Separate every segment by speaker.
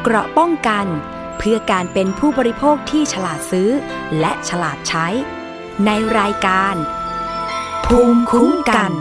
Speaker 1: เกราะป้องกันเพื่อการเป็นผู้บริโภคที่ฉลาดซื้อและฉลาดใช้ในรายการภูมิคุ้มกัน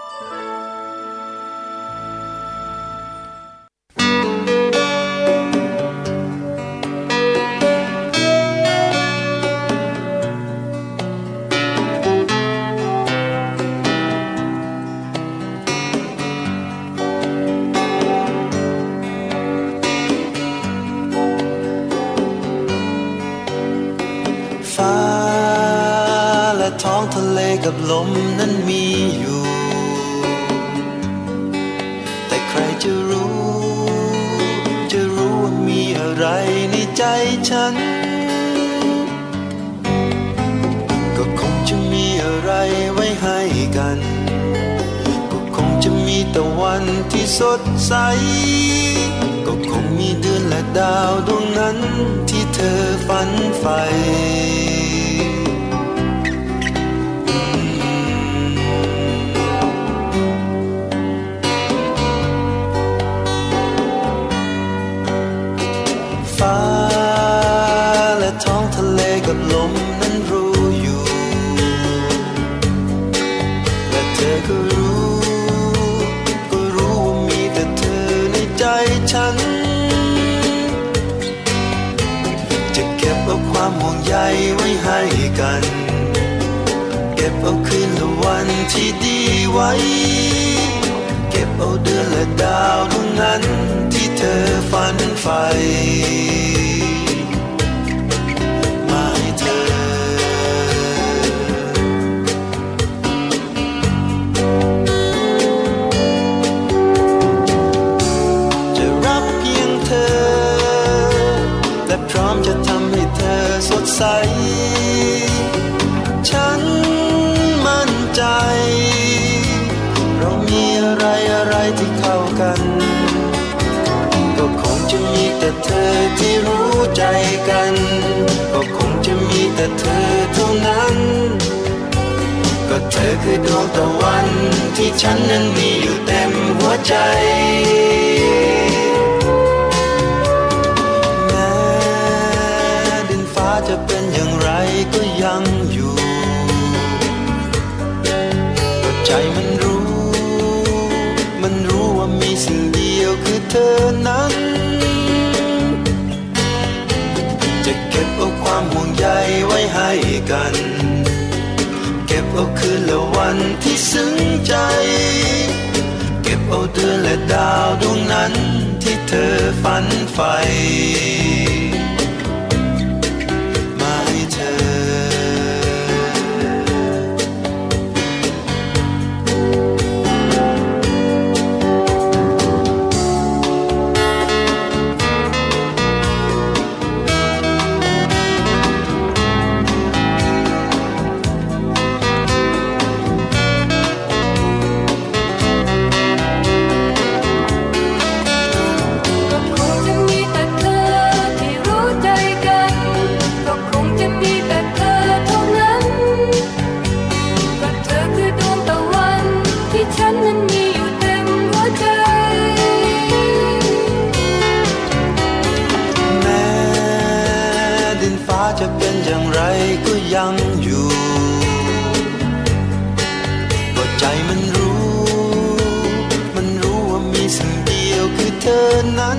Speaker 2: กับลมนั้นมีอยู่แต่ใครจะรู้ว่ามีอะไรในใจฉันก็คงจะมีอะไรไว้ให้กันก็คงจะมีตะวันที่สดใสก็คงมีเดือนและดาวดวงนั้นที่เธอฝันใฝ่ลมนั้นรู้อยู่และเธอก็รู้ว่ามีแต่เธอในใจฉันจะเก็บเอาความห่วงใยไว้ให้กันเก็บเอาคืนและวันที่ดีไว้เก็บเอาเดือนและดาวดวงนั้นที่เธอฝันใฝ่พร้อมจะทำให้เธอสดใสฉันมั่นใจเรามีอะไรที่เข้ากันก็คงจะมีแต่เธอที่รู้ใจกันก็คงจะมีแต่เธอเท่านั้นก็เธอคือดวงตะวันที่ฉันนั้นมีอยู่เต็มหัวใจจะเป็นอย่างไรก็ยังอยู่ก็ใจมันรู้ว่ามีสิ่งเดียวคือเธอนั้นจะเก็บเอาความห่วงใยไว้ให้กันเก็บเอาคืนและวันที่ซึ้งใจเก็บเอาเดือนและดาวดวงนั้นที่เธอฝันใฝ่จะเป็นอย่างไรก็ยังอยู่ก็ใจมันรู้ว่ามีสิ่งเดียวคือเธอนั้น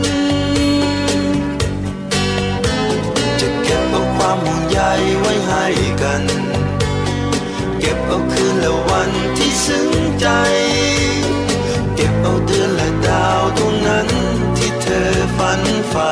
Speaker 2: จะเก็บเอาความห่วงใยไว้ให้กันเก็บเอาคืนและวันที่ซึ้งใจเก็บเอาเดือนและดาวดวงนั้นที่เธอฝันใฝ่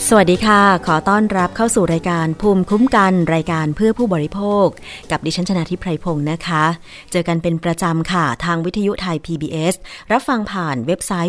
Speaker 3: สวัสดีค่ะขอต้อนรับเข้าสู่รายการภูมิคุ้มกันรายการเพื่อผู้บริโภคกับดิฉันชนาธิป ไพรพงศ์นะคะเจอกันเป็นประจำค่ะทางวิทยุไทย PBS รับฟังผ่านเว็บไซต์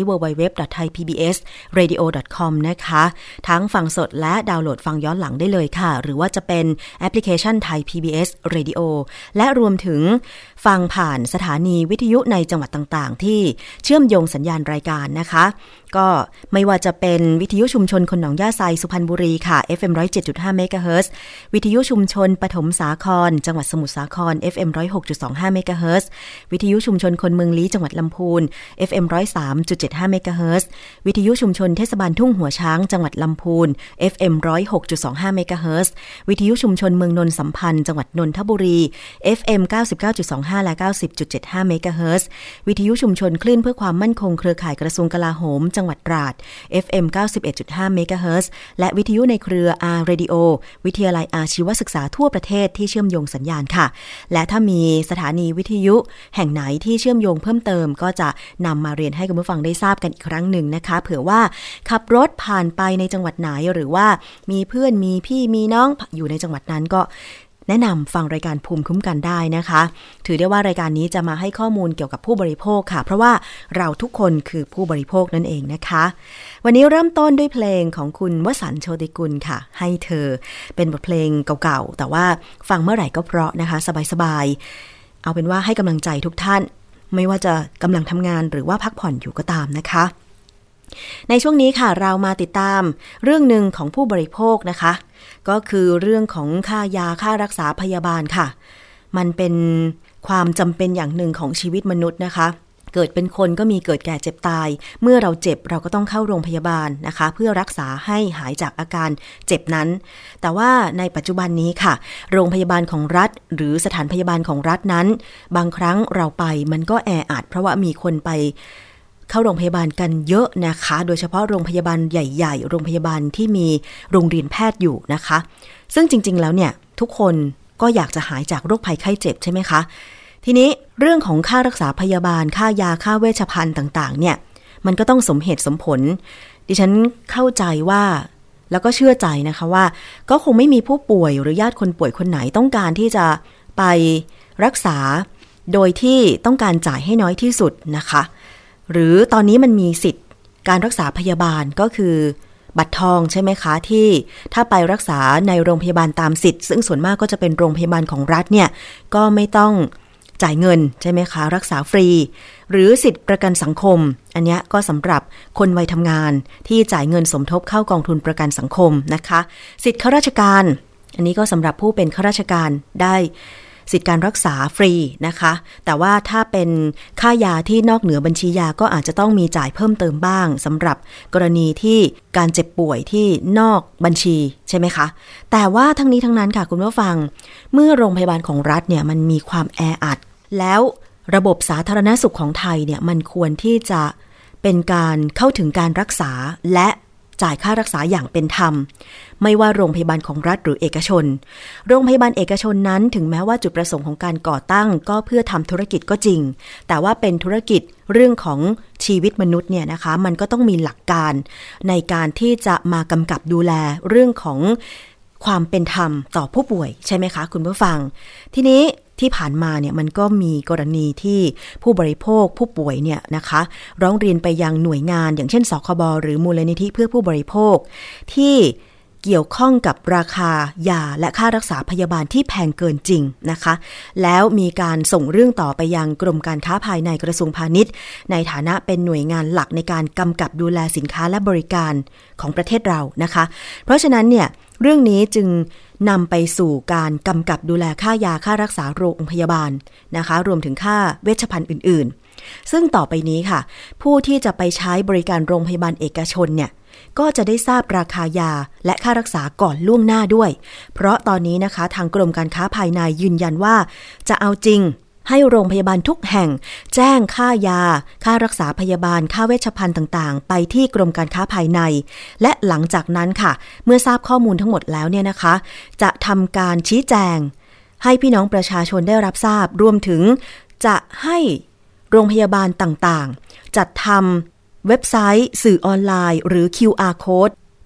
Speaker 3: www.thaipbsradio.com นะคะทั้งฟังสดและดาวน์โหลดฟังย้อนหลังได้เลยค่ะหรือว่าจะเป็นแอปพลิเคชันไทย PBS Radio และรวมถึงฟังผ่านสถานีวิทยุในจังหวัดต่างๆที่เชื่อมโยงสัญญาณรายการนะคะก็ไม่ว่าจะเป็นวิทยุชุมชนคนหนองย่าไซสุพรรณบุรีค่ะ FM 107.5 เมกะเฮิรตซ์วิทยุชุมชนปฐมสาครจังหวัดสมุทรสาคร FM 106.25 เมกะเฮิรตซ์วิทยุชุมชนคนเมืองลี้จังหวัดลำพูน FM 103.75 เมกะเฮิรตซ์วิทยุชุมชนเทศบาลทุ่งหัวช้างจังหวัดลำพูน FM 106.25 เมกะเฮิรตซ์วิทยุชุมชนเมืองนนสัมพันธ์จังหวัดนนทบุรี FM 99.25 และ 90.75 เมกะเฮิรตซ์วิทยุชุมชนคลื่นเพื่อความมั่นคงเครือข่ายกระทรวงกลาโหมจังหวัดตราด FM 91.5 เมกะเฮิรตซ์และวิทยุในเครือ R Radio วิทยาลัยอาชีวศึกษาทั่วประเทศที่เชื่อมโยงสัญญาณค่ะและถ้ามีสถานีวิทยุแห่งไหนที่เชื่อมโยงเพิ่มเติมก็จะนำมาเรียนให้คุณผู้ฟังได้ทราบกันอีกครั้งหนึ่งนะคะเผื่อว่าขับรถผ่านไปในจังหวัดไหนหรือว่ามีเพื่อนมีพี่มีน้องอยู่ในจังหวัดนั้นก็แนะนำฟังรายการภูมิคุ้มกันได้นะคะถือได้ว่ารายการนี้จะมาให้ข้อมูลเกี่ยวกับผู้บริโภคค่ะเพราะว่าเราทุกคนคือผู้บริโภคนั่นเองนะคะวันนี้เริ่มต้นด้วยเพลงของคุณวสันต์โชติกุลค่ะให้เธอเป็นบทเพลงเก่าๆแต่ว่าฟังเมื่อไหร่ก็เพราะนะคะสบายๆเอาเป็นว่าให้กำลังใจทุกท่านไม่ว่าจะกำลังทำงานหรือว่าพักผ่อนอยู่ก็ตามนะคะในช่วงนี้ค่ะเรามาติดตามเรื่องหนึ่งของผู้บริโภคนะคะก็คือเรื่องของค่ายาค่ารักษาพยาบาลค่ะมันเป็นความจำเป็นอย่างหนึ่งของชีวิตมนุษย์นะคะเกิดเป็นคนก็มีเกิดแก่เจ็บตายเมื่อเราเจ็บเราก็ต้องเข้าโรงพยาบาลนะคะเพื่อรักษาให้หายจากอาการเจ็บนั้นแต่ว่าในปัจจุบันนี้ค่ะโรงพยาบาลของรัฐหรือสถานพยาบาลของรัฐนั้นบางครั้งเราไปมันก็แออัดเพราะว่ามีคนไปเข้าโรงพยาบาลกันเยอะนะคะโดยเฉพาะโรงพยาบาลใหญ่ๆโรงพยาบาลที่มีโรงเรียนแพทย์อยู่นะคะซึ่งจริงๆแล้วเนี่ยทุกคนก็อยากจะหายจากโรคภัยไข้เจ็บใช่ไหมคะทีนี้เรื่องของค่ารักษาพยาบาลค่ายาค่าเวชภัณฑ์ต่างๆเนี่ยมันก็ต้องสมเหตุสมผลดิฉันเข้าใจว่าแล้วก็เชื่อใจนะคะว่าก็คงไม่มีผู้ป่วยหรือญาติคนป่วยคนไหนต้องการที่จะไปรักษาโดยที่ต้องการจ่ายให้น้อยที่สุดนะคะหรือตอนนี้มันมีสิทธิ์การรักษาพยาบาลก็คือบัตรทองใช่ไหมคะที่ถ้าไปรักษาในโรงพยาบาลตามสิทธิ์ซึ่งส่วนมากก็จะเป็นโรงพยาบาลของรัฐเนี่ยก็ไม่ต้องจ่ายเงินใช่ไหมคะรักษาฟรีหรือสิทธิ์ประกันสังคมอันนี้ก็สำหรับคนวัยทำงานที่จ่ายเงินสมทบเข้ากองทุนประกันสังคมนะคะสิทธิ์ข้าราชการอันนี้ก็สำหรับผู้เป็นข้าราชการได้สิทธิการรักษาฟรีนะคะแต่ว่าถ้าเป็นค่ายาที่นอกเหนือบัญชียาก็อาจจะต้องมีจ่ายเพิ่มเติมบ้างสำหรับกรณีที่การเจ็บป่วยที่นอกบัญชีใช่ไหมคะแต่ว่าทั้งนี้ทั้งนั้นค่ะคุณผู้ฟังเมื่อโรงพยาบาลของรัฐเนี่ยมันมีความแออัดแล้วระบบสาธารณสุขของไทยเนี่ยมันควรที่จะเป็นการเข้าถึงการรักษาและจ่ายค่ารักษาอย่างเป็นธรรมไม่ว่าโรงพยาบาลของรัฐหรือเอกชนโรงพยาบาลเอกชนนั้นถึงแม้ว่าจุดประสงค์ของการก่อตั้งก็เพื่อทำธุรกิจก็จริงแต่ว่าเป็นธุรกิจเรื่องของชีวิตมนุษย์เนี่ยนะคะมันก็ต้องมีหลักการในการที่จะมากำกับดูแลเรื่องของความเป็นธรรมต่อผู้ป่วยใช่ไหมคะคุณผู้ฟังทีนี้ที่ผ่านมาเนี่ยมันก็มีกรณีที่ผู้บริโภคผู้ป่วยเนี่ยนะคะร้องเรียนไปยังหน่วยงานอย่างเช่นสคบหรือมูลนิธิเพื่อผู้บริโภคที่เกี่ยวข้องกับราคายาและค่ารักษาพยาบาลที่แพงเกินจริงนะคะแล้วมีการส่งเรื่องต่อไปยังกรมการค้าภายในกระทรวงพาณิชย์ในฐานะเป็นหน่วยงานหลักในการกำกับดูแลสินค้าและบริการของประเทศเรานะคะเพราะฉะนั้นเนี่ยเรื่องนี้จึงนำไปสู่การกำกับดูแลค่ายาค่ารักษาโรงพยาบาลนะคะรวมถึงค่าเวชภัณฑ์อื่นๆซึ่งต่อไปนี้ค่ะผู้ที่จะไปใช้บริการโรงพยาบาลเอกชนเนี่ยก็จะได้ทราบราคายาและค่ารักษาก่อนล่วงหน้าด้วยเพราะตอนนี้นะคะทางกรมการค้าภายในยืนยันว่าจะเอาจริงให้โรงพยาบาลทุกแห่งแจ้งค่ายาค่ารักษาพยาบาลค่าเวชภัณฑ์ต่างๆไปที่กรมการค้าภายในและหลังจากนั้นค่ะเมื่อทราบข้อมูลทั้งหมดแล้วเนี่ยนะคะจะทำการชี้แจงให้พี่น้องประชาชนได้รับทราบรวมถึงจะให้โรงพยาบาลต่างๆจัดทำเว็บไซต์สื่อออนไลน์หรือ QR Code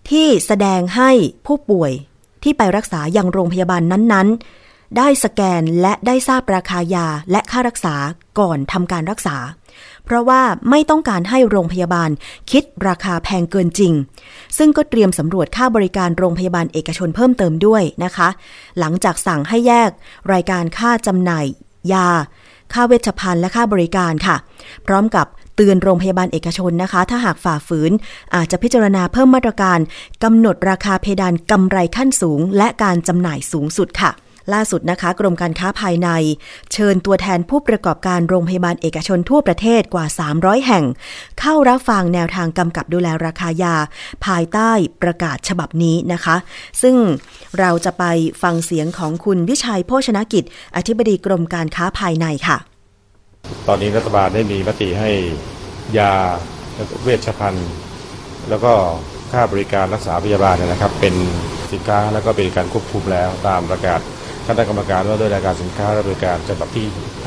Speaker 3: ที่แสดงให้ผู้ป่วยที่ไปรักษายังโรงพยาบาลนั้นๆได้สแกนและได้ทราบราคายาและค่ารักษาก่อนทำการรักษาเพราะว่าไม่ต้องการให้โรงพยาบาลคิดราคาแพงเกินจริงซึ่งก็เตรียมสำรวจค่าบริการโรงพยาบาลเอกชนเพิ่มเติมด้วยนะคะหลังจากสั่งให้แยกรายการค่าจำหน่ายยาค่าเวชภัณฑ์และค่าบริการค่ะพร้อมกับเตือนโรงพยาบาลเอกชนนะคะถ้าหากฝ่าฝืนอาจจะพิจารณาเพิ่มมาตรการกำหนดราคาเพดานกำไรขั้นสูงและการจำหน่ายสูงสุดค่ะล่าสุดนะคะกรมการค้าภายในเชิญตัวแทนผู้ประกอบการโรงพยาบาลเอกชนทั่วประเทศกว่า300แห่งเข้ารับฟังแนวทางกำกับดูแลราคายาภายใต้ประกาศฉบับนี้นะคะซึ่งเราจะไปฟังเสียงของคุณวิชัยโภชนกิจอธิบดีกรมการค้าภายในค่ะ
Speaker 4: ตอนนี้รัฐบาลได้มีมติให้ยาเวชภัณฑ์แล้วก็ค่าบริการรักษาพยาบาลนะครับเป็นสินค้าแล้วก็เป็นการควบคุมแล้วตามประกาศคณะกรรมการว่าด้วยรายการสินค้าและบริการฉบับที่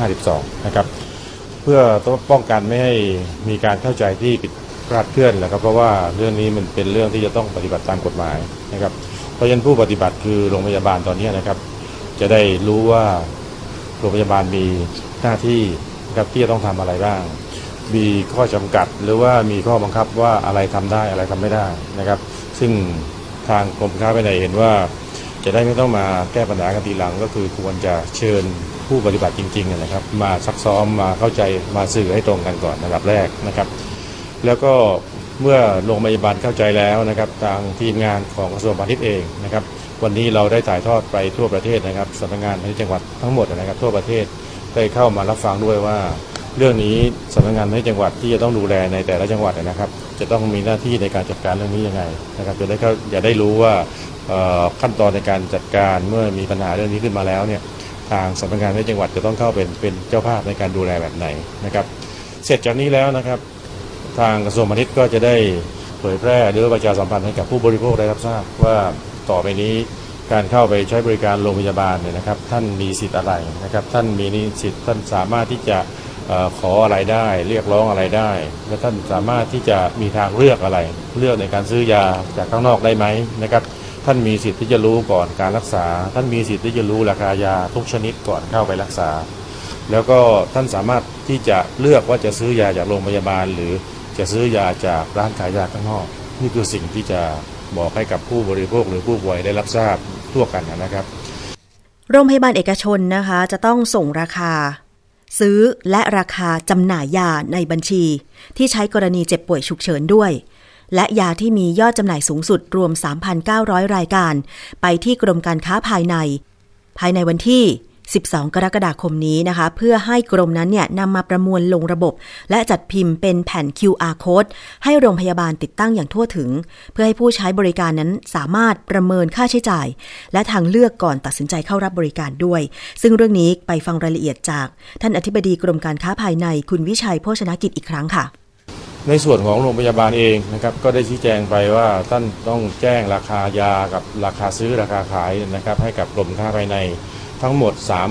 Speaker 4: 52นะครับเพื่อต้องป้องกันไม่ให้มีการเข้าใจที่ผิดพลาดเคลื่อนนะครับเพราะว่าเรื่องนี้มันเป็นเรื่องที่จะต้องปฏิบัติตามกฎหมายนะครับเพราะฉะนั้นผู้ปฏิบัติคือโรงพยาบาลตอนนี้นะครับจะได้รู้ว่าโรงพยาบาลมีหน้าที่นะครับที่จะต้องทำอะไรบ้างมีข้อจำกัดหรือว่ามีข้อบังคับว่าอะไรทำได้อะไรทำไม่ได้นะครับซึ่งทางกรมการค้าภายในเห็นว่าจะได้ไม่ต้องมาแก้ปัญหากันทีหลังก็คือควรจะเชิญผู้ปฏิบัติจริงๆนะครับมาซักซ้อมมาเข้าใจมาสื่อให้ตรงกันก่อนระดับแรกนะครับแล้วก็เมื่อโรงพยาบาลเข้าใจแล้วนะครับทางทีมงานของกระทรวงพาณิชย์เองนะครับวันนี้เราได้ถ่ายทอดไปทั่วประเทศนะครับสำนักงานพาณิชย์จังหวัดทั้งหมดนะครับทั่วประเทศได้เข้ามารับฟังด้วยว่าเรื่องนี้สำนักงานพาณิชย์จังหวัดที่จะต้องดูแลในแต่ละจังหวัดนะครับจะต้องมีหน้าที่ในการจัดการเรื่องนี้ยังไงนะครับจะได้รู้ว่าขั้นตอนในการจัดการเมื่อมีปัญหาเรื่องนี้ขึ้นมาแล้วเนี่ยทางสำนักงานพาณิชย์จังหวัดจะต้องเข้าเป็นเจ้าภาพในการดูแลแบบไหนนะครับเสร็จจากนี้แล้วนะครับทางกระทรวงพาณิชย์ก็จะได้เผยแพร่หรือประชาสัมพันธ์ให้กับผู้บริโภคได้รับทราบว่าต่อไปนี้การเข้าไปใช้บริการโรงพยาบาลเนี่ยนะครับท่านมีสิทธิ์อะไรนะครับท่านมีสิทธิ์ท่านสามารถที่จะขออะไรได้เรียกร้องอะไรได้และท่านสามารถที่จะมีทางเลือกอะไรเลือกในการซื้อยาจากข้างนอกได้ไหมนะครับท่านมีสิทธิ์ที่จะรู้ก่อนการรักษาท่านมีสิทธิ์ที่จะรู้ราคายาทุกชนิดก่อนเข้าไปรักษาแล้วก็ท่านสามารถที่จะเลือกว่าจะซื้อยาจากโรงพยาบาลหรือจะซื้อยาจากร้านขายยาข้างนอกนี่คือสิ่งที่จะบอกให้กับผู้บริโภคหรือผู้ป่วยได้รับทราบทั่วกันนะครับ
Speaker 3: โรงพยาบาลเอกชนนะคะจะต้องส่งราคาซื้อและราคาจำหน่ายยาในบัญชีที่ใช้กรณีเจ็บป่วยฉุกเฉินด้วยและยาที่มียอดจำหน่ายสูงสุดรวม 3,900 รายการไปที่กรมการค้าภายในวันที่12กรกฎาคมนี้นะคะเพื่อให้กรมนั้นเนี่ยนำมาประมวลลงระบบและจัดพิมพ์เป็นแผ่น QR Code ให้โรงพยาบาลติดตั้งอย่างทั่วถึงเพื่อให้ผู้ใช้บริการนั้นสามารถประเมินค่าใช้จ่ายและทางเลือกก่อนตัดสินใจเข้ารับบริการด้วยซึ่งเรื่องนี้ไปฟังรายละเอียดจากท่านอธิบดีกรมการค้าภายในคุณวิชัยโภชนกิจอีกครั้งค่ะ
Speaker 4: ในส่วนของโรงพยาบาลเองนะครับก็ได้ชี้แจงไปว่าท่านต้องแจ้งราคายากับราคาซื้อราคาขายนะครับให้กับกรมค้าภายในทั้งหมด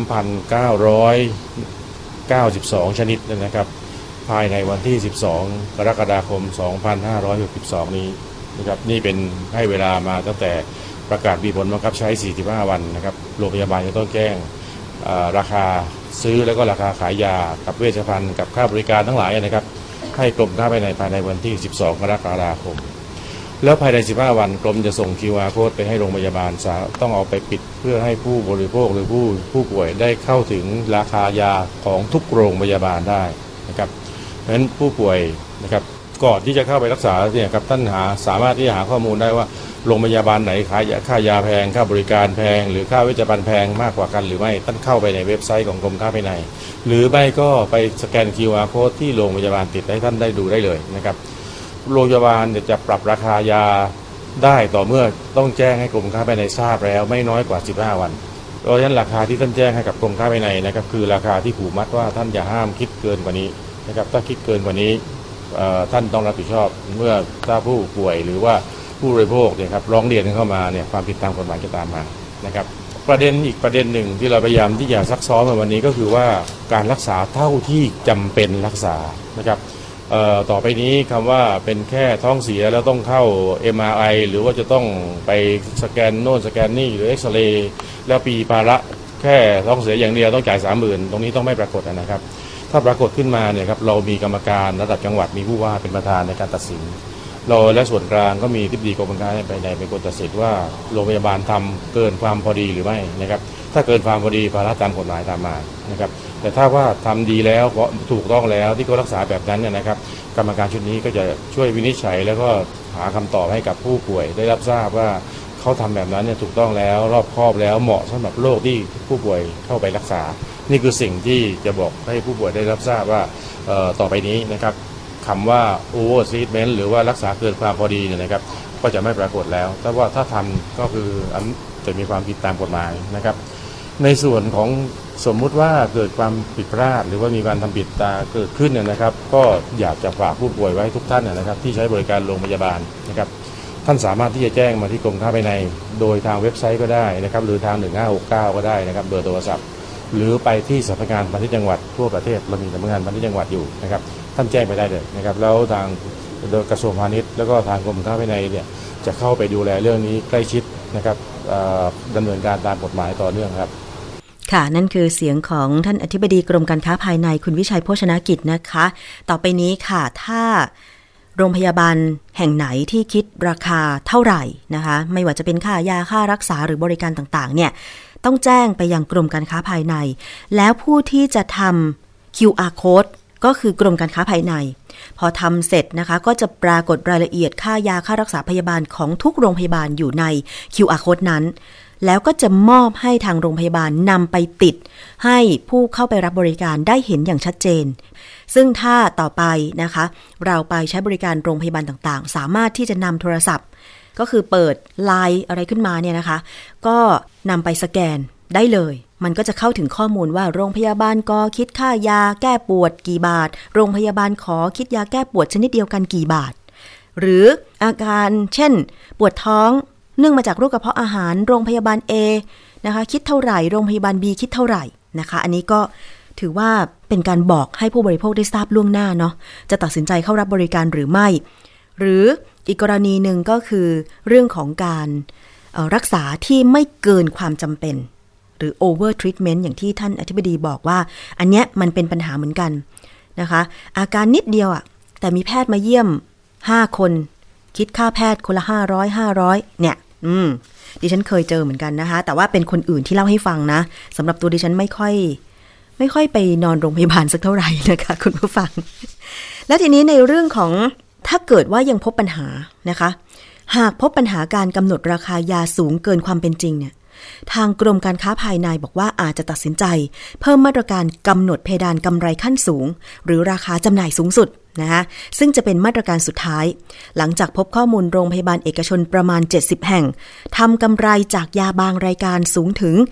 Speaker 4: 3,992 ชนิดนะครับภายในวันที่12กรกฎาคม 2562นี้นะครับนี่เป็นให้เวลามาตั้งแต่ประกาศมีผลบังคับใช้45วันนะครับโรงพยาบาลจะต้องแจ้งราคาซื้อแล้วก็ราคาขายยากับเวชภัณฑ์กับค่าบริการทั้งหลายนะครับให้กรมค้าภายในวันที่12กรกฎาคมแล้วภายใน15วันกรมจะส่ง QR Code ไปให้โรงพยาบาลต้องเอาไปปิดเพื่อให้ผู้บริโภคหรือผู้ป่วยได้เข้าถึงราคายาของทุกโรงพยาบาลได้นะครับเพราะฉะนั้นผู้ป่วยนะครับก่อนที่จะเข้าไปรักษาเนี่ยครับท่านสามารถที่จะหาข้อมูลได้ว่าโรงพยาบาลไหนขายค่ายาแพงค่าบริการแพงหรือค่าเวชภัณฑ์แพงมากกว่ากันหรือไม่ท่านเข้าไปในเว็บไซต์ของกรมค้าภายในหรือไม่ก็ไปสแกน QR Code ที่โรงพยาบาลติดให้ท่านได้ดูได้เลยนะครับโรงพยาบาลจะปรับราคายาได้ต่อเมื่อต้องแจ้งให้กรมค้าภายในทราบแล้วไม่น้อยกว่า15วันเพราะฉะนั้นราคาที่ท่านแจ้งให้กับกรมค้าภายในนะครับคือราคาที่ผูกมัดว่าท่านอย่าห้ามคิดเกินกว่านี้นะครับถ้าคิดเกินกว่านี้ท่านต้องรับผิดชอบเมื่อถ้าผู้ป่วยหรือว่าผู้บริโภคเนี่ยครับร้องเรียนเข้ามาเนี่ยความผิดตามกฎหมายจะตามมานะครับอีกประเด็นหนึ่งที่เราพยายามที่จะซักซ้อมในวันนี้ก็คือว่าการรักษาเท่าที่จำเป็นรักษานะครับต่อไปนี้คำว่าเป็นแค่ท้องเสียแล้วต้องเข้า MRI หรือว่าจะต้องไปสแกนโน่นสแกนนี่หรือเอ็กซเรย์แล้วปีภาระแค่ท้องเสียอย่างเดียวต้องจ่าย 30,000 ตรงนี้ต้องไม่ปรากฏนะครับถ้าปรากฏขึ้นมาเนี่ยครับเรามีกรรมการระดับจังหวัดมีผู้ว่าเป็นประธานในการตัดสินเราและส่วนกลางก็มีทิบดีกรมการแพทย์ภายในเป็นคนตัดสินว่าโรงพยาบาลทำเกินความพอดีหรือไม่นะครับถ้าเกินความพอดีภาระตามกฎหมายตามมานะครับแต่ถ้าว่าทำดีแล้วถูกต้องแล้วที่เขารักษาแบบนั้นเนี่ยนะครับกรรมการชุดนี้ก็จะช่วยวินิจฉัยแล้วก็หาคำตอบให้กับผู้ป่วยได้รับทราบว่าเขาทำแบบนั้นเนี่ยถูกต้องแล้วรอบคอบแล้วเหมาะสำหรับโรคที่ผู้ป่วยเข้าไปรักษานี่คือสิ่งที่จะบอกให้ผู้ป่วยได้รับทราบว่าต่อไปนี้นะครับคำว่า over treatment หรือว่ารักษาเกินความพอดีเนี่ยนะครับก็จะไม่ปรากฏแล้วแต่ว่าถ้าทำก็คือจะมีความผิดตามกฎหมายนะครับในส่วนของสมมุติว่าเกิดความผิดพลาดหรือว่ามีการทำผิดเกิดขึ้นเนี่ยนะครับก็อยากจะฝากผู้ป่วยไว้ทุกท่านนะครับที่ใช้บริการโรงพยาบาลนะครับท่านสามารถที่จะแจ้งมาที่กรมค้าภายในโดยทางเว็บไซต์ก็ได้นะครับหรือทาง1569ก็ได้นะครับเบอร์โทรศัพท์หรือไปที่สำนักงานพาณิชย์จังหวัดทั่วประเทศเรามีสำนักงานพาณิชย์จังหวัดอยู่นะครับท่านแจ้งไปได้เลยนะครับแล้วทางกระทรวงพาณิชย์แล้วก็ทางกรมค้าภายในเนี่ยจะเข้าไปดูแลเรื่องนี้ใกล้ชิดนะครับดำเนินการตามกฎหมายต่อเนื่องครับ
Speaker 3: ค่ะนั่นคือเสียงของท่านอธิบดีกรมการค้าภายในคุณวิชัยโภชนกิจนะคะต่อไปนี้ค่ะถ้าโรงพยาบาลแห่งไหนที่คิดราคาเท่าไหร่นะคะไม่ว่าจะเป็นค่ายาค่ารักษาหรือบริการต่างๆเนี่ยต้องแจ้งไปยังกรมการค้าภายในแล้วผู้ที่จะทำ QR code ก็คือกรมการค้าภายในพอทำเสร็จนะคะก็จะปรากฏรายละเอียดค่ายาค่ารักษาพยาบาลของทุกโรงพยาบาลอยู่ใน QR code นั้นแล้วก็จะมอบให้ทางโรงพยาบาลนำไปติดให้ผู้เข้าไปรับบริการได้เห็นอย่างชัดเจนซึ่งถ้าต่อไปนะคะเราไปใช้บริการโรงพยาบาลต่างๆสามารถที่จะนำโทรศัพท์ก็คือเปิดไลน์อะไรขึ้นมาเนี่ยนะคะก็นำไปสแกนได้เลยมันก็จะเข้าถึงข้อมูลว่าโรงพยาบาลก็คิดค่ายาแก้ปวดกี่บาทโรงพยาบาลขอคิดยาแก้ปวดชนิดเดียวกันกี่บาทหรืออาการเช่นปวดท้องเนื่องมาจากโรคกระเพาะอาหารโรงพยาบาล A นะคะคิดเท่าไหร่โรงพยาบาล B คิดเท่าไหร่นะคะอันนี้ก็ถือว่าเป็นการบอกให้ผู้บริโภคได้ทราบล่วงหน้าเนาะจะตัดสินใจเข้ารับบริการหรือไม่หรืออีกกรณีหนึ่งก็คือเรื่องของการรักษาที่ไม่เกินความจำเป็นหรือ over treatment อย่างที่ท่านอธิบดีบอกว่าอันเนี้ยมันเป็นปัญหาเหมือนกันนะคะอาการนิดเดียวอ่ะแต่มีแพทย์มาเยี่ยม5คนคิดค่าแพทย์คนละ500เนี่ยดิฉันเคยเจอเหมือนกันนะคะแต่ว่าเป็นคนอื่นที่เล่าให้ฟังนะสำหรับตัวดิฉันไม่ค่อยไปนอนโรงพยาบาลสักเท่าไหร่นะคะคุณผู้ฟังและทีนี้ในเรื่องของถ้าเกิดว่ายังพบปัญหานะคะหากพบปัญหาการกำหนดราคายาสูงเกินความเป็นจริงเนี่ยทางกรมการค้าภายในบอกว่าอาจจะตัดสินใจเพิ่มมาตรการกำหนดเพดานกำไรขั้นสูงหรือราคาจำหน่ายสูงสุดนะคะซึ่งจะเป็นมาตรการสุดท้ายหลังจากพบข้อมูลโรงพยาบาลเอกชนประมาณ70แห่งทำกำไรจากยาบางรายการสูงถึง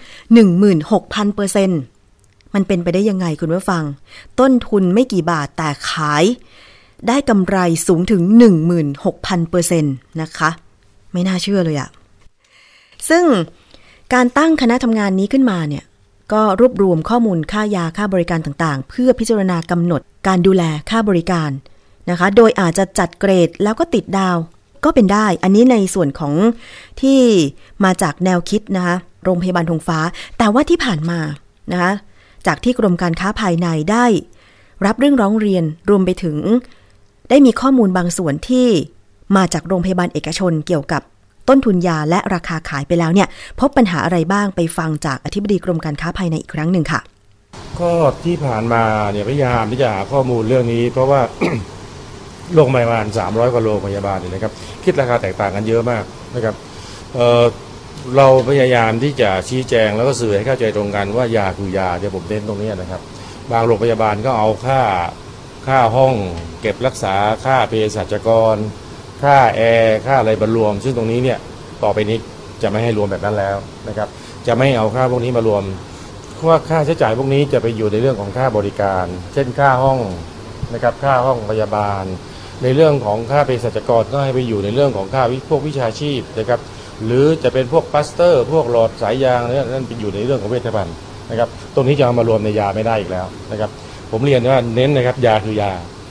Speaker 3: 16,000% มันเป็นไปได้ยังไงคุณผู้ฟังต้นทุนไม่กี่บาทแต่ขายได้กำไรสูงถึง 16,000% นะคะไม่น่าเชื่อเลยอะซึ่งการตั้งคณะทำงานนี้ขึ้นมาเนี่ยก็รวบรวมข้อมูลค่ายาค่าบริการต่างๆเพื่อพิจารณากำหนดการดูแลค่าบริการนะคะโดยอาจจะจัดเกรดแล้วก็ติดดาวก็เป็นได้อันนี้ในส่วนของที่มาจากแนวคิดนะคะโรงพยาบาลธงฟ้าแต่ว่าที่ผ่านมานะคะจากที่กรมการค้าภายในได้รับเรื่องร้องเรียนรวมไปถึงได้มีข้อมูลบางส่วนที่มาจากโรงพยาบาลเอกชนเกี่ยวกับต้นทุนยาและราคาขายไปแล้วเนี่ยพบปัญหาอะไรบ้างไปฟังจากอธิบดีกรมการค้าภายในอีกครั้งหนึ่งค่ะ
Speaker 4: ก็ที่ผ่านมาเนี่ยพยายามที่จะหาข้อมูลเรื่องนี้เพราะว่า โรงพยาบาล300กว่าโรงพยาบาลเนี่ยนะครับคิดราคาแตกต่างกันเยอะมากนะครับเราพยายามที่จะชี้แจงแล้วก็สื่อให้เข้าใจตรงกันว่ายาคือยาเดี๋ยวผมเน้นตรงนี้นะครับบางโรงพยาบาลก็เอาค่าห้องเก็บรักษาค่าเภสัชกรค่าแอร์ค่าอะไรบรรรวมซึ่งตรงนี้เนี่ยต่อไปนี้จะไม่ให้รวมแบบนั้นแล้วนะครับจะไม่เอาค่าพวกนี้มารวมเพราะว่าค่าใช้จ่ายพวกนี้จะไปอยู่ในเรื่องของค่าบริการเช่นค่าห้องนะครับค่าห้องพยาบาลในเรื่องของค่าเภสัชกรก็ให้ไปอยู่ในเรื่องของค่าพวกวิชาชีพนะครับหรือจะเป็นพวกพลาสเตอร์พวกหลอดสายยางนั่นไปอยู่ในเรื่องของเวชภัณฑ์นะครับตรงนี้จะเอามารวมในยาไม่ได้อีกแล้วนะครับผมเรียนว่าเน้นนะครับยาคือยา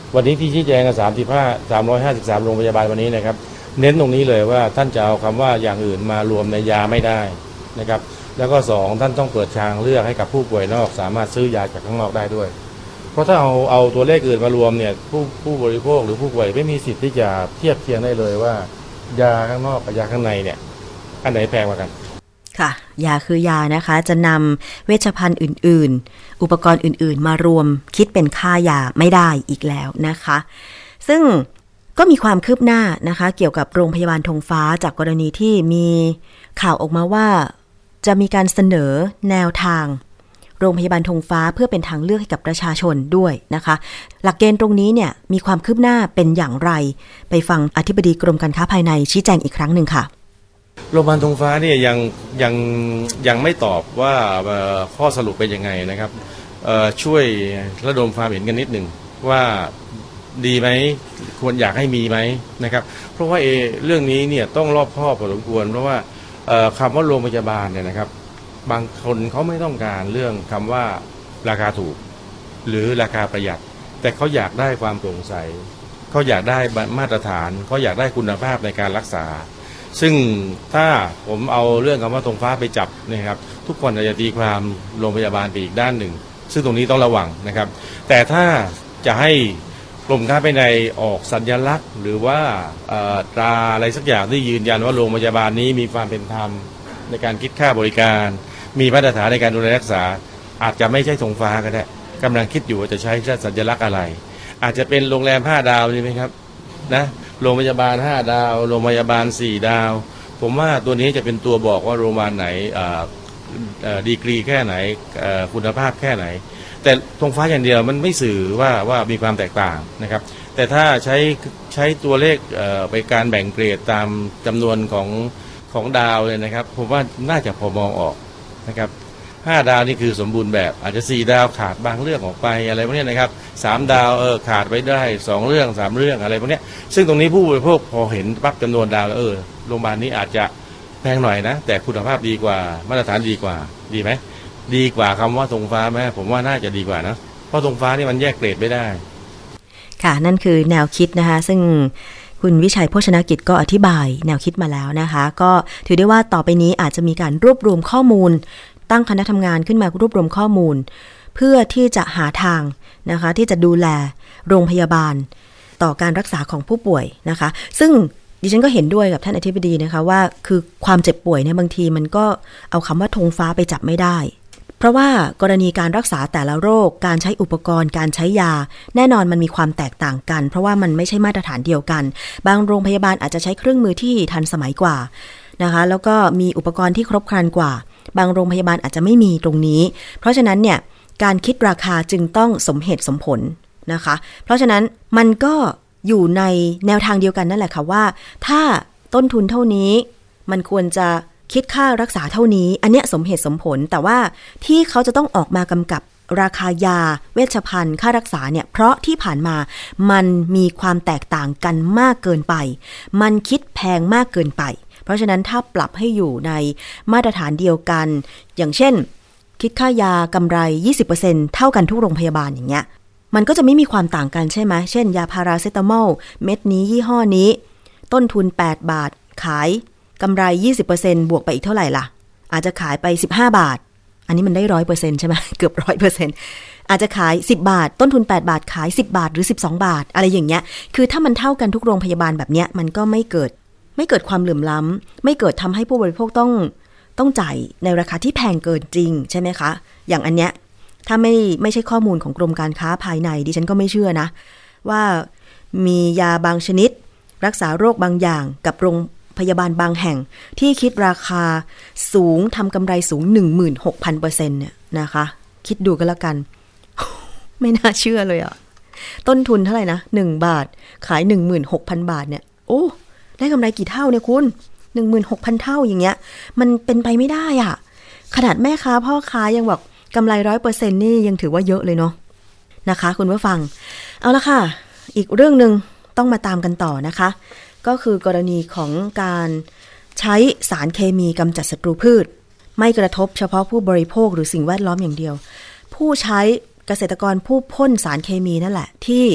Speaker 4: วันนี้ที่ชี้แจงกัน353โรงพยาบาลวันนี้นะครับเน้นตรงนี้เลยว่าท่านจะเอาคำว่าอย่างอื่นมารวมในยาไม่ได้นะครับแล้วก็2ท่านต้องเปิดทางเลือกให้กับผู้ป่วยนอกสามารถซื้อยาจากข้างนอกได้ด้วยเพราะถ้าเอาตัวเลขอื่นมารวมเนี่ยผู้บริโภคหรือผู้ป่วยไม่มีสิทธิ์ที่จะเทียบเคียงได้เลยว่ายาข้างนอกกับยาข้างในเนี่ยอันไหนแพงกว่ากัน
Speaker 3: ค่ะยาคือยานะคะจะนำเวชภัณฑ์อื่นๆอุปกรณ์อื่นๆมารวมคิดเป็นค่ายาไม่ได้อีกแล้วนะคะซึ่งก็มีความคืบหน้านะคะเกี่ยวกับโรงพยาบาลธงฟ้าจากกรณีที่มีข่าวออกมาว่าจะมีการเสนอแนวทางโรงพยาบาลธงฟ้าเพื่อเป็นทางเลือกให้กับประชาชนด้วยนะคะหลักเกณฑ์ตรงนี้เนี่ยมีความคืบหน้าเป็นอย่างไรไปฟังอธิบดีกรมการค้าภายในชี้แจงอีกครั้งหนึ่งค่ะ
Speaker 4: โรงพยาบาลธงฟ้าเนี่ยยังไม่ตอบว่าข้อสรุปเป็นยังไงนะครับช่วยระดมความเห็นกันนิดหนึ่งว่าดีไหมควรอยากให้มีไหมนะครับเพราะว่าเรื่องนี้เนี่ยต้องรอบคอบพอสมควรเพราะว่าคำว่าโรงพยาบาลเนี่ยนะครับบางคนเขาไม่ต้องการเรื่องคำว่าราคาถูกหรือราคาประหยัดแต่เขาอยากได้ความโปร่งใสเขาอยากได้มาตรฐานเขาอยากได้คุณภาพในการรักษาซึ่งถ้าผมเอาเรื่องคำว่าธงฟ้าไปจับนะครับทุกคนอาจจะตีความโรงพยาบาลไปอีกด้านหนึ่งซึ่งตรงนี้ต้องระวังนะครับแต่ถ้าจะให้กรมค้าภายในออกสัญลักษณ์หรือว่าตราอะไรสักอย่างที่ยืนยันว่าโรงพยาบาลนี้มีความเป็นธรรมในการคิดค่าบริการมีมาตรฐานในการดูแลรักษาอาจจะไม่ใช่ธงฟ้าก็ได้กำลังคิดอยู่ว่าจะใช้สัญลักษณ์อะไรอาจจะเป็นโรงแรม5 ดาวใช่ไหมครับนะโรงพยาบาล5 ดาวโรงพยาบาล4 ดาวผมว่าตัวนี้จะเป็นตัวบอกว่าโรงพยาบาลไหนดีกรีแค่ไหนคุณภาพแค่ไหนแต่ธงฟ้าอย่างเดียวมันไม่สื่อว่ามีความแตกต่างนะครับแต่ถ้าใช้ตัวเลขไปการแบ่งเกรดตามจำนวนของดาวเลยนะครับผมว่าน่าจะพอมองออกนะครับ5 ดาวนี่คือสมบูรณ์แบบอาจจะ4 ดาวขาดบางเรื่องออกไปอะไรพวกนี้นะครับ3 ดาวขาดไปได้2 เรื่อง3 เรื่องอะไรพวกนี้ซึ่งตรงนี้ผู้บริโภคพอเห็นปั๊บจำนวนดาวแล้วโรงพยาบาลนี้อาจจะแพงหน่อยนะแต่คุณภาพดีกว่ามาตรฐานดีกว่าดีไหมดีกว่าคำว่าธงฟ้าไหมผมว่าน่าจะดีกว่านะเพราะธงฟ้านี่มันแยกเกรดไม่ได้
Speaker 3: ค่ะนั่นคือแนวคิดนะคะซึ่งคุณวิชัยโภชนกิจก็อธิบายแนวคิดมาแล้วนะคะก็ถือได้ว่าต่อไปนี้อาจจะมีการรวบรวมข้อมูลตั้งคณะทำงานขึ้นมารวบรวมข้อมูลเพื่อที่จะหาทางนะคะที่จะดูแลโรงพยาบาลต่อการรักษาของผู้ป่วยนะคะซึ่งดิฉันก็เห็นด้วยกับท่านอธิบดีนะคะว่าคือความเจ็บป่วยเนี่ยบางทีมันก็เอาคำว่าธงฟ้าไปจับไม่ได้เพราะว่ากรณีการรักษาแต่ละโรคการใช้อุปกรณ์การใช้ยาแน่นอนมันมีความแตกต่างกันเพราะว่ามันไม่ใช่มาตรฐานเดียวกันบางโรงพยาบาลอาจจะใช้เครื่องมือที่ทันสมัยกว่านะคะแล้วก็มีอุปกรณ์ที่ครบครันกว่าบางโรงพยาบาลอาจจะไม่มีตรงนี้เพราะฉะนั้นเนี่ยการคิดราคาจึงต้องสมเหตุสมผลนะคะเพราะฉะนั้นมันก็อยู่ในแนวทางเดียวกันนั่นแหละค่ะว่าถ้าต้นทุนเท่านี้มันควรจะคิดค่ารักษาเท่านี้อันเนี้ยสมเหตุสมผลแต่ว่าที่เขาจะต้องออกมากำกับราคายาเวชภัณฑ์ค่ารักษาเนี่ยเพราะที่ผ่านมามันมีความแตกต่างกันมากเกินไปมันคิดแพงมากเกินไปเพราะฉะนั้นถ้าปรับให้อยู่ในมาตรฐานเดียวกันอย่างเช่นคิดค่ายากำไร 20% เท่ากันทุกโรงพยาบาลอย่างเงี้ยมันก็จะไม่มีความต่างกันใช่ไหมเช่นยาพาราเซตามอลเม็ดนี้ยี่ห้อนี้ต้นทุน8 บาทขายกำไร 20% บวกไปอีกเท่าไหร่ล่ะอาจจะขายไป15 บาทอันนี้มันได้ 100% ใช่ไหมเกือบ 100% อาจจะขาย10 บาทต้นทุน8 บาทขาย10 บาทหรือ12 บาทอะไรอย่างเงี้ยคือถ้ามันเท่ากันทุกโรงพยาบาลแบบเนี้ยมันก็ไม่เกิดความเหลื่อมล้ำไม่เกิดทำให้ผู้บริโภคต้องจ่ายในราคาที่แพงเกินจริงใช่ไหมคะอย่างอันเนี้ยถ้าไม่ใช่ข้อมูลของกรมการค้าภายในดิฉันก็ไม่เชื่อนะว่ามียาบางชนิดรักษาโรคบางอย่างกับโรงพยาบาลบางแห่งที่คิดราคาสูงทำกำไรสูง 16,000% เนี่ยนะคะคิดดูกันละกัน ไม่น่าเชื่อเลยอ่ะต้นทุนเท่าไหร่นะ1 บาทขาย 16,000 บาทเนี่ยโอ้ได้กำไรกี่เท่าเนี่ยคุณ 16,000 เท่าอย่างเงี้ยมันเป็นไปไม่ได้อ่ะขนาดแม่ค้าพ่อค้ายังบอกกำไร 100% นี่ยังถือว่าเยอะเลยเนาะนะคะคุณผู้ฟังเอาละค่ะอีกเรื่องนึงต้องมาตามกันต่อนะคะก็คือกรณีของการใช้สารเคมีกำจัดศัตรูพืชไม่กระทบเฉพาะผู้บริโภคหรือสิ่งแวดล้อมอย่างเดียวผู้ใช้เกษตรกรผู้พ่นสารเคมีนั่นแหละที่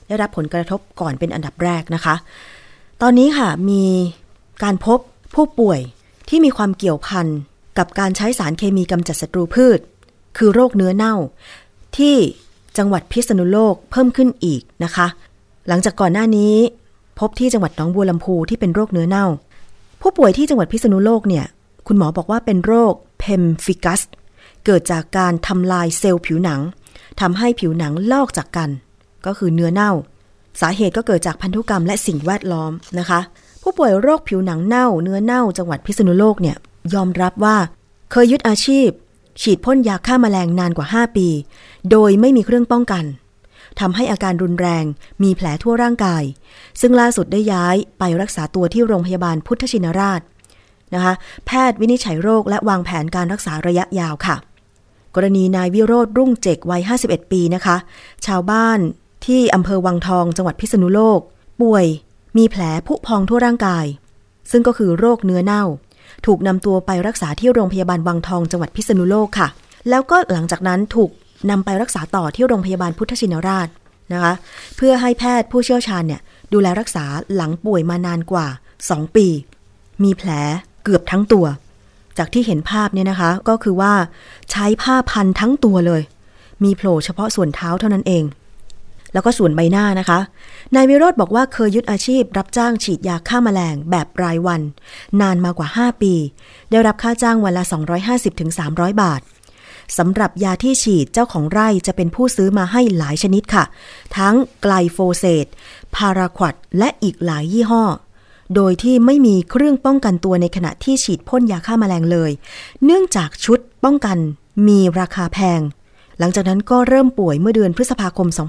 Speaker 3: ได้รับผลกระทบก่อนเป็นอันดับแรกนะคะตอนนี้ค่ะมีการพบผู้ป่วยที่มีความเกี่ยวพันกับการใช้สารเคมีกำจัดศัตรูพืชคือโรคเนื้อเน่าที่จังหวัดพิษณุโลกเพิ่มขึ้นอีกนะคะหลังจากก่อนหน้านี้พบที่จังหวัดหนองบัวลำพูที่เป็นโรคเนื้อเน่าผู้ป่วยที่จังหวัดพิษณุโลกเนี่ยคุณหมอบอกว่าเป็นโรคเพมฟิกัสเกิดจากการทำลายเซลล์ผิวหนังทำให้ผิวหนังลอกจากกันก็คือเนื้อเน่าสาเหตุก็เกิดจากพันธุกรรมและสิ่งแวดล้อมนะคะผู้ป่วยโรคผิวหนังเน่าเนื้อเน่าจังหวัดพิษณุโลกเนี่ยยอมรับว่าเคยยึดอาชีพฉีดพ่นยาฆ่าแมลงนานกว่า5ปีโดยไม่มีเครื่องป้องกันทำให้อาการรุนแรงมีแผลทั่วร่างกายซึ่งล่าสุดได้ย้ายไปรักษาตัวที่โรงพยาบาลพุทธชินราชนะคะแพทย์วินิจฉัยโรคและวางแผนการรักษาระยะยาวค่ะกรณีนายวิโรจน์รุ่งเจกวัย51ปีนะคะชาวบ้านที่อำเภอวังทองจังหวัดพิษณุโลกป่วยมีแผลผุพองทั่วร่างกายซึ่งก็คือโรคเนื้อเน่าถูกนำตัวไปรักษาที่โรงพยาบาลวังทองจังหวัดพิษณุโลกค่ะแล้วก็หลังจากนั้นถูกนำไปรักษาต่อที่โรงพยาบาลพุทธชินราชนะคะเพื่อให้แพทย์ผู้เชี่ยวชาญเนี่ยดูแลรักษาหลังป่วยมานานกว่า2ปีมีแผลเกือบทั้งตัวจากที่เห็นภาพเนี่ยนะคะก็คือว่าใช้ผ้าพันทั้งตัวเลยมีโผล่เฉพาะส่วนเท้าเท่านั้นเองแล้วก็ส่วนใบหน้านะคะนายวิโรจน์บอกว่าเคยยึดอาชีพรับจ้างฉีดยาฆ่าแมลงแบบรายวันนานมากว่า5ปีได้รับค่าจ้างวันละ 250-300 บาทสำหรับยาที่ฉีดเจ้าของไร่จะเป็นผู้ซื้อมาให้หลายชนิดค่ะทั้งไกลโฟเซตพาราควอดและอีกหลายยี่ห้อโดยที่ไม่มีเครื่องป้องกันตัวในขณะที่ฉีดพ่นยาฆ่าแมลงเลยเนื่องจากชุดป้องกันมีราคาแพงหลังจากนั้นก็เริ่มป่วยเมื่อเดือนพฤษภาคม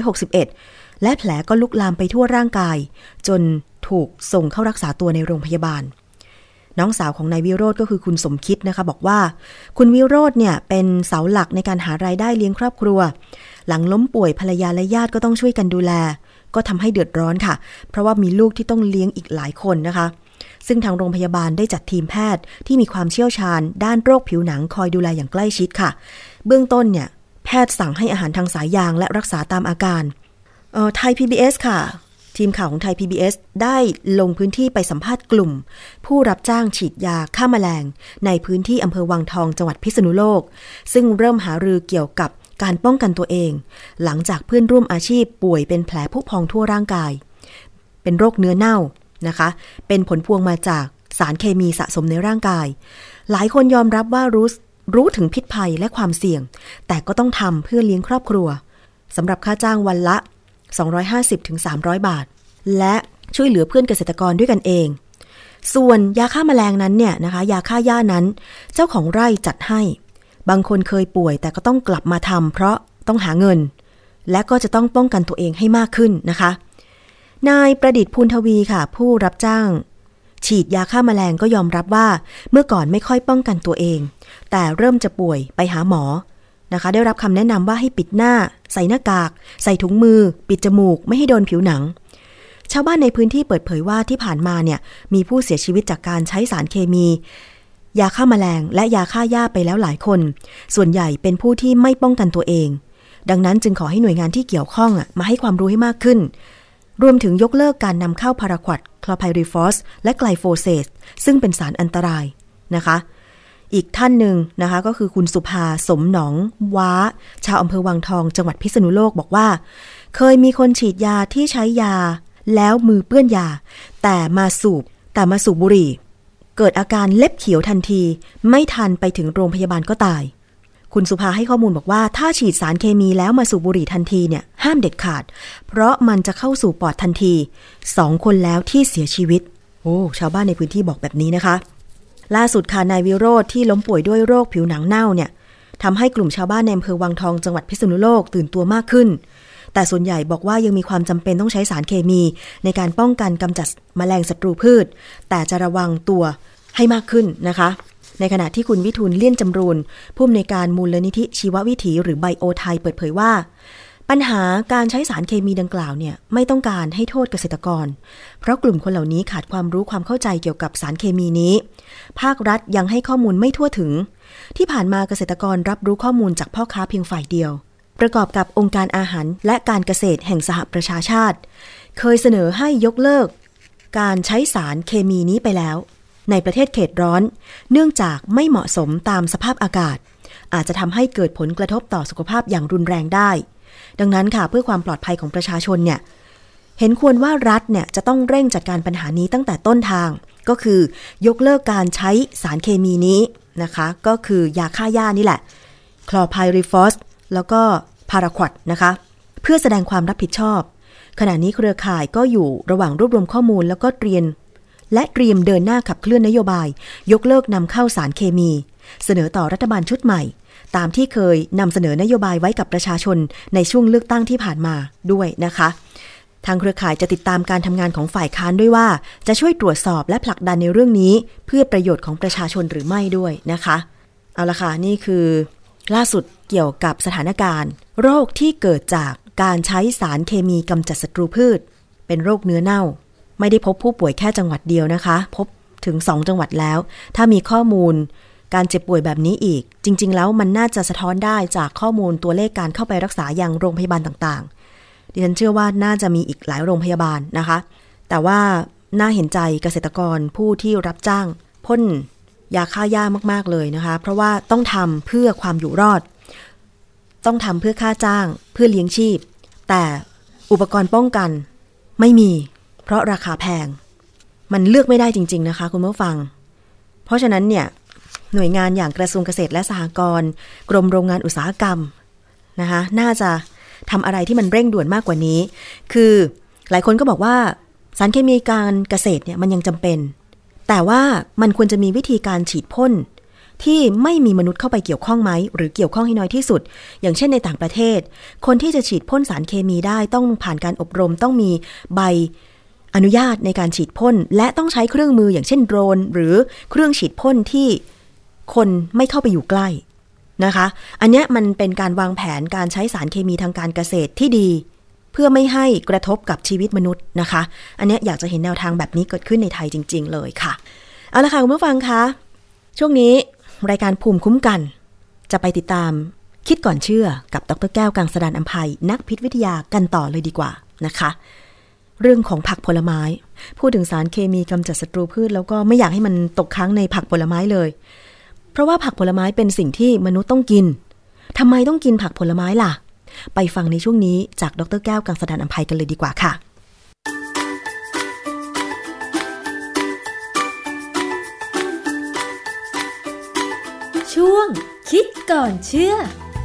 Speaker 3: 2561 และแผลก็ลุกลามไปทั่วร่างกายจนถูกส่งเข้ารักษาตัวในโรงพยาบาลน้องสาวของนายวิโรจน์ก็คือคุณสมคิดนะคะบอกว่าคุณวิโรจน์เนี่ยเป็นเสาหลักในการหารายได้เลี้ยงครอบครัวหลังล้มป่วยภรรยาและญาติก็ต้องช่วยกันดูแลก็ทำให้เดือดร้อนค่ะเพราะว่ามีลูกที่ต้องเลี้ยงอีกหลายคนนะคะซึ่งทางโรงพยาบาลได้จัดทีมแพทย์ที่มีความเชี่ยวชาญด้านโรคผิวหนังคอยดูแลอย่างใกล้ชิดค่ะเบื้องต้นเนี่ยแพทย์สั่งให้อาหารทางสายยางและรักษาตามอาการไทย PBS ค่ะทีมข่าวของไทย PBS ได้ลงพื้นที่ไปสัมภาษณ์กลุ่มผู้รับจ้างฉีดยาฆ่าแมลงในพื้นที่อำเภอวังทองจังหวัดพิษณุโลกซึ่งเริ่มหารือเกี่ยวกับการป้องกันตัวเองหลังจากเพื่อนร่วมอาชีพป่วยเป็นแผลผุพองทั่วร่างกายเป็นโรคเนื้อเน่านะคะเป็นผลพวงมาจากสารเคมีสะสมในร่างกายหลายคนยอมรับว่ารู้ถึงพิษภัยและความเสี่ยงแต่ก็ต้องทำเพื่อเลี้ยงครอบครัวสำหรับค่าจ้างวันละ 250-300 บาทและช่วยเหลือเพื่อนเกษตรกรด้วยกันเองส่วนยาฆ่าแมลงนั้นเนี่ยนะคะยาฆ่าหญ้านั้นเจ้าของไร่จัดให้บางคนเคยป่วยแต่ก็ต้องกลับมาทำเพราะต้องหาเงินและก็จะต้องป้องกันตัวเองให้มากขึ้นนะคะนายประดิษฐ์ภูลทวีค่ะผู้รับจ้างฉีดยาฆ่าแมลงก็ยอมรับว่าเมื่อก่อนไม่ค่อยป้องกันตัวเองแต่เริ่มจะป่วยไปหาหมอนะคะได้รับคำแนะนำว่าให้ปิดหน้าใส่หน้ากากใส่ถุงมือปิดจมูกไม่ให้โดนผิวหนังชาวบ้านในพื้นที่เปิดเผยว่าที่ผ่านมาเนี่ยมีผู้เสียชีวิตจากการใช้สารเคมียาฆ่าแมลงและยาฆ่าหญ้าไปแล้วหลายคนส่วนใหญ่เป็นผู้ที่ไม่ป้องกันตัวเองดังนั้นจึงขอให้หน่วยงานที่เกี่ยวข้องมาให้ความรู้ให้มากขึ้นรวมถึงยกเลิกการนำเข้าพาราควอดคลอไพริฟอสและไกลโฟเซตซึ่งเป็นสารอันตรายนะคะอีกท่านหนึ่งนะคะก็คือคุณสุภาสมหนองว้าชาวอำเภอวังทองจังหวัดพิษณุโลกบอกว่าเคยมีคนฉีดยาที่ใช้ยาแล้วมือเปื้อนยาแต่มาสูบบุหรี่เกิดอาการเล็บเขียวทันทีไม่ทันไปถึงโรงพยาบาลก็ตายคุณสุภาให้ข้อมูลบอกว่าถ้าฉีดสารเคมีแล้วมาสูบบุหรี่ทันทีเนี่ยห้ามเด็ดขาดเพราะมันจะเข้าสู่ปอดทันที2 คนแล้วที่เสียชีวิตโอ้ชาวบ้านในพื้นที่บอกแบบนี้นะคะล่าสุดค่ะนายวิโรจน์ที่ล้มป่วยด้วยโรคผิวหนังเน่าเนี่ยทำให้กลุ่มชาวบ้านในอำเภอวังทองจังหวัดพิษณุโลกตื่นตัวมากขึ้นแต่ส่วนใหญ่บอกว่ายังมีความจำเป็นต้องใช้สารเคมีในการป้องกันกำจัดแมลงศัตรูพืชแต่จะระวังตัวให้มากขึ้นนะคะในขณะที่คุณวิทูลเลี่ยนจำรูนผู้อำนวยการมูลนิธิชีววิถีหรือไบโอไทยเปิดเผยว่าปัญหาการใช้สารเคมีดังกล่าวเนี่ยไม่ต้องการให้โทษเกษตรกรเพราะกลุ่มคนเหล่านี้ขาดความรู้ความเข้าใจเกี่ยวกับสารเคมีนี้ภาครัฐยังให้ข้อมูลไม่ทั่วถึงที่ผ่านมาเกษตรกรรับรู้ข้อมูลจากพ่อค้าเพียงฝ่ายเดียวประกอบกับองค์การอาหารและการเกษตรแห่งสหประชาชาติเคยเสนอให้ยกเลิกการใช้สารเคมีนี้ไปแล้วในประเทศเขตร้อนเนื่องจากไม่เหมาะสมตามสภาพอากาศอาจจะทำให้เกิดผลกระทบต่อสุขภาพอย่างรุนแรงได้ดังนั้นค่ะเพื่อความปลอดภัยของประชาชนเนี่ยเห็นควรว่ารัฐเนี่ยจะต้องเร่งจัดการปัญหานี้ตั้งแต่ต้นทางก็คือยกเลิกการใช้สารเคมีนี้นะคะก็คือยาฆ่าหญ้านี่แหละคลอไพริฟอสแล้วก็พาราควอดนะคะเพื่อแสดงความรับผิดชอบขณะนี้เครือข่ายก็อยู่ระหว่างรวบรวมข้อมูลแล้วก็เตรียมเดินหน้าขับเคลื่อนนโยบายยกเลิกนำเข้าสารเคมีเสนอต่อรัฐบาลชุดใหม่ตามที่เคยนำเสนอนโยบายไว้กับประชาชนในช่วงเลือกตั้งที่ผ่านมาด้วยนะคะทางเครือข่ายจะติดตามการทำงานของฝ่ายค้านด้วยว่าจะช่วยตรวจสอบและผลักดันในเรื่องนี้เพื่อประโยชน์ของประชาชนหรือไม่ด้วยนะคะเอาละค่ะนี่คือล่าสุดเกี่ยวกับสถานการณ์โรคที่เกิดจากการใช้สารเคมีกำจัดศัตรูพืชเป็นโรคเนื้อเน่าไม่ได้พบผู้ป่วยแค่จังหวัดเดียวนะคะพบถึง2จังหวัดแล้วถ้ามีข้อมูลการเจ็บป่วยแบบนี้อีกจริงๆแล้วมันน่าจะสะท้อนได้จากข้อมูลตัวเลขการเข้าไปรักษายังโรงพยาบาลต่างๆดิฉันเชื่อว่าน่าจะมีอีกหลายโรงพยาบาลนะคะแต่ว่าน่าเห็นใจเกษตรกรผู้ที่รับจ้างพ่นยาฆ่าหญ้ามากๆเลยนะคะเพราะว่าต้องทำเพื่อความอยู่รอดต้องทำเพื่อค่าจ้างเพื่อเลี้ยงชีพแต่อุปกรณ์ป้องกันไม่มีเพราะราคาแพงมันเลือกไม่ได้จริงๆนะคะคุณผู้ฟังเพราะฉะนั้นเนี่ยหน่วยงานอย่างกระทรวงเกษตรและสหกรณ์กรมโรงงานอุตสาหกรรมนะคะน่าจะทำอะไรที่มันเร่งด่วนมากกว่านี้คือหลายคนก็บอกว่าสารเคมีการเกษตรเนี่ยมันยังจำเป็นแต่ว่ามันควรจะมีวิธีการฉีดพ่นที่ไม่มีมนุษย์เข้าไปเกี่ยวข้องไหมหรือเกี่ยวข้องให้น้อยที่สุดอย่างเช่นในต่างประเทศคนที่จะฉีดพ่นสารเคมีได้ต้องผ่านการอบรมต้องมีใบอนุญาตในการฉีดพ่นและต้องใช้เครื่องมืออย่างเช่นโดรนหรือเครื่องฉีดพ่นที่คนไม่เข้าไปอยู่ใกล้นะคะอันนี้มันเป็นการวางแผนการใช้สารเคมีทางการเกษตรที่ดีเพื่อไม่ให้กระทบกับชีวิตมนุษย์นะคะอันนี้อยากจะเห็นแนวทางแบบนี้เกิดขึ้นในไทยจริงๆเลยค่ะเอาละค่ะคุณผู้ฟังคะช่วงนี้รายการภูมิคุ้มกันจะไปติดตามคิดก่อนเชื่อกับดร.แก้วกังสดาลอำไพนักพิษวิทยากันต่อเลยดีกว่านะคะเรื่องของผักผลไม้พูดถึงสารเคมีกำจัดศัตรูพืชแล้วก็ไม่อยากให้มันตกค้างในผักผลไม้เลยเพราะว่าผักผลไม้เป็นสิ่งที่มนุษย์ต้องกินทำไมต้องกินผักผลไม้ล่ะไปฟังในช่วงนี้จากดร.แก้วกังสดาลอำไพกันเลยดีกว่าค่ะ
Speaker 5: ช่วงคิดก่อนเชื่อ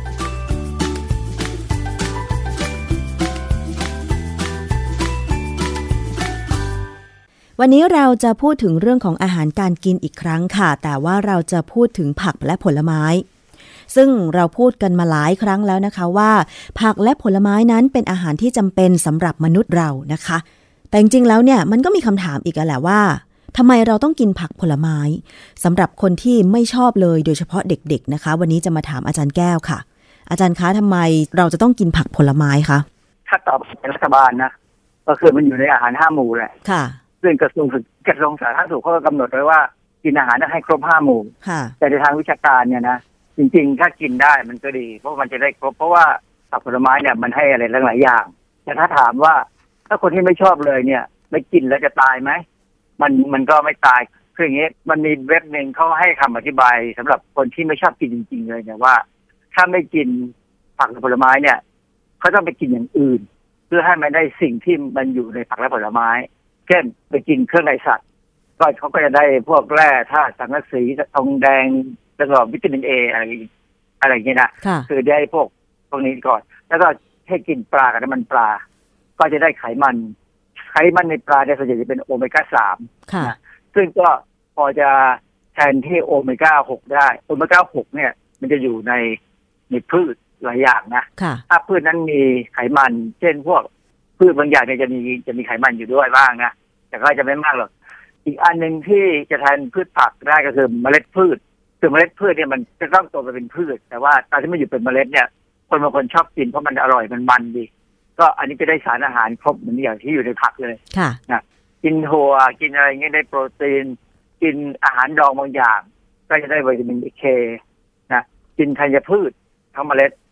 Speaker 3: วันนี้เราจะพูดถึงเรื่องของอาหารการกินอีกครั้งค่ะแต่ว่าเราจะพูดถึงผักและผลไม้ซึ่งเราพูดกันมาหลายครั้งแล้วนะคะว่าผักและผลไม้นั้นเป็นอาหารที่จำเป็นสำหรับมนุษย์เรานะคะแต่จริงๆแล้วเนี่ยมันก็มีคำถามอีกแหละว่าทำไมเราต้องกินผักผลไม้สำหรับคนที่ไม่ชอบเลยโดยเฉพาะเด็กๆนะคะวันนี้จะมาถามอาจารย์แก้วค่ะอาจารย์คะทำไมเราจะต้องกินผักผลไม้คะ
Speaker 6: ถ้าตอบเป็นรัฐบาลนะก็คือมันอยู่ในอาหาร5 หมู่แหละค่ะซึ่งกระทรวงสาธารณสุขเขาก็กำหนดไว้ว่ากินอาหารต้องให้ครบ5 หมู่แต่ในทางวิชาการเนี่ยนะจริงๆถ้ากินได้มันก็ดีเพราะมันจะได้ครบเพราะว่าผักผลไม้เนี่ยมันให้อะไรหลายอย่างแต่ถ้าถามว่าถ้าคนที่ไม่ชอบเลยเนี่ยไม่กินแล้วจะตายไหมมันก็ไม่ตายคืออย่างนี้มันมีเว็บนึงเขาให้คำอธิบายสำหรับคนที่ไม่ชอบกินจริงๆเลยเนี่ยว่าถ้าไม่กินผักและผลไม้เนี่ยเขาต้องไปกินอย่างอื่นเพื่อให้มันได้สิ่งที่มันอยู่ในผักและผลไม้เช่นไปกินเครื่องในสัตว์ก็เขาก็จะได้พวกแร่ธาตุสังกะสีทองแดงแล้วก็วิตามิน A อะไรอย่างเงี้ยนะคือได้พวกนี้ก่อนแล้วก็ให้กินปลากับน้ำมันปลาก็จะได้ไขมันในปลาเนี่ยส่วนใหญ่จะเป็นโอเมก้า3นะซึ่งก็พอจะแทนที่โอเมก้า6ได้โอเมก้า6เนี่ยมันจะอยู่ในพืชหลายอย่างนะถ้าพืชนั้นมีไขมันเช่นพวกพืชบางอย่างเนี่ยจะมีไขมันอยู่ด้วยบ้างนะแต่ก็จะไม่มากหรอกอีกอันนึงที่จะแทนพืชผักได้ก็คือเมล็ดพืชคือเมล็ดพืชเนี่ยมันจะต้องโตไปเป็นพืชแต่ว่าตอนที่มันอยู่เป็นเมล็ดเนี่ยคนบางคนชอบกินเพราะมันอร่อยมันดีก็อันนี้จะได้สารอาหารครบเหมือนอย่างที่อยู่ในผักเลยนะกินถั่วกินอะไรเงี้ยได้โปรตีนกินอาหารดองบางอย่างก็จะได้วิตามิน K นะกินธัญพืชทั้งเมล็ด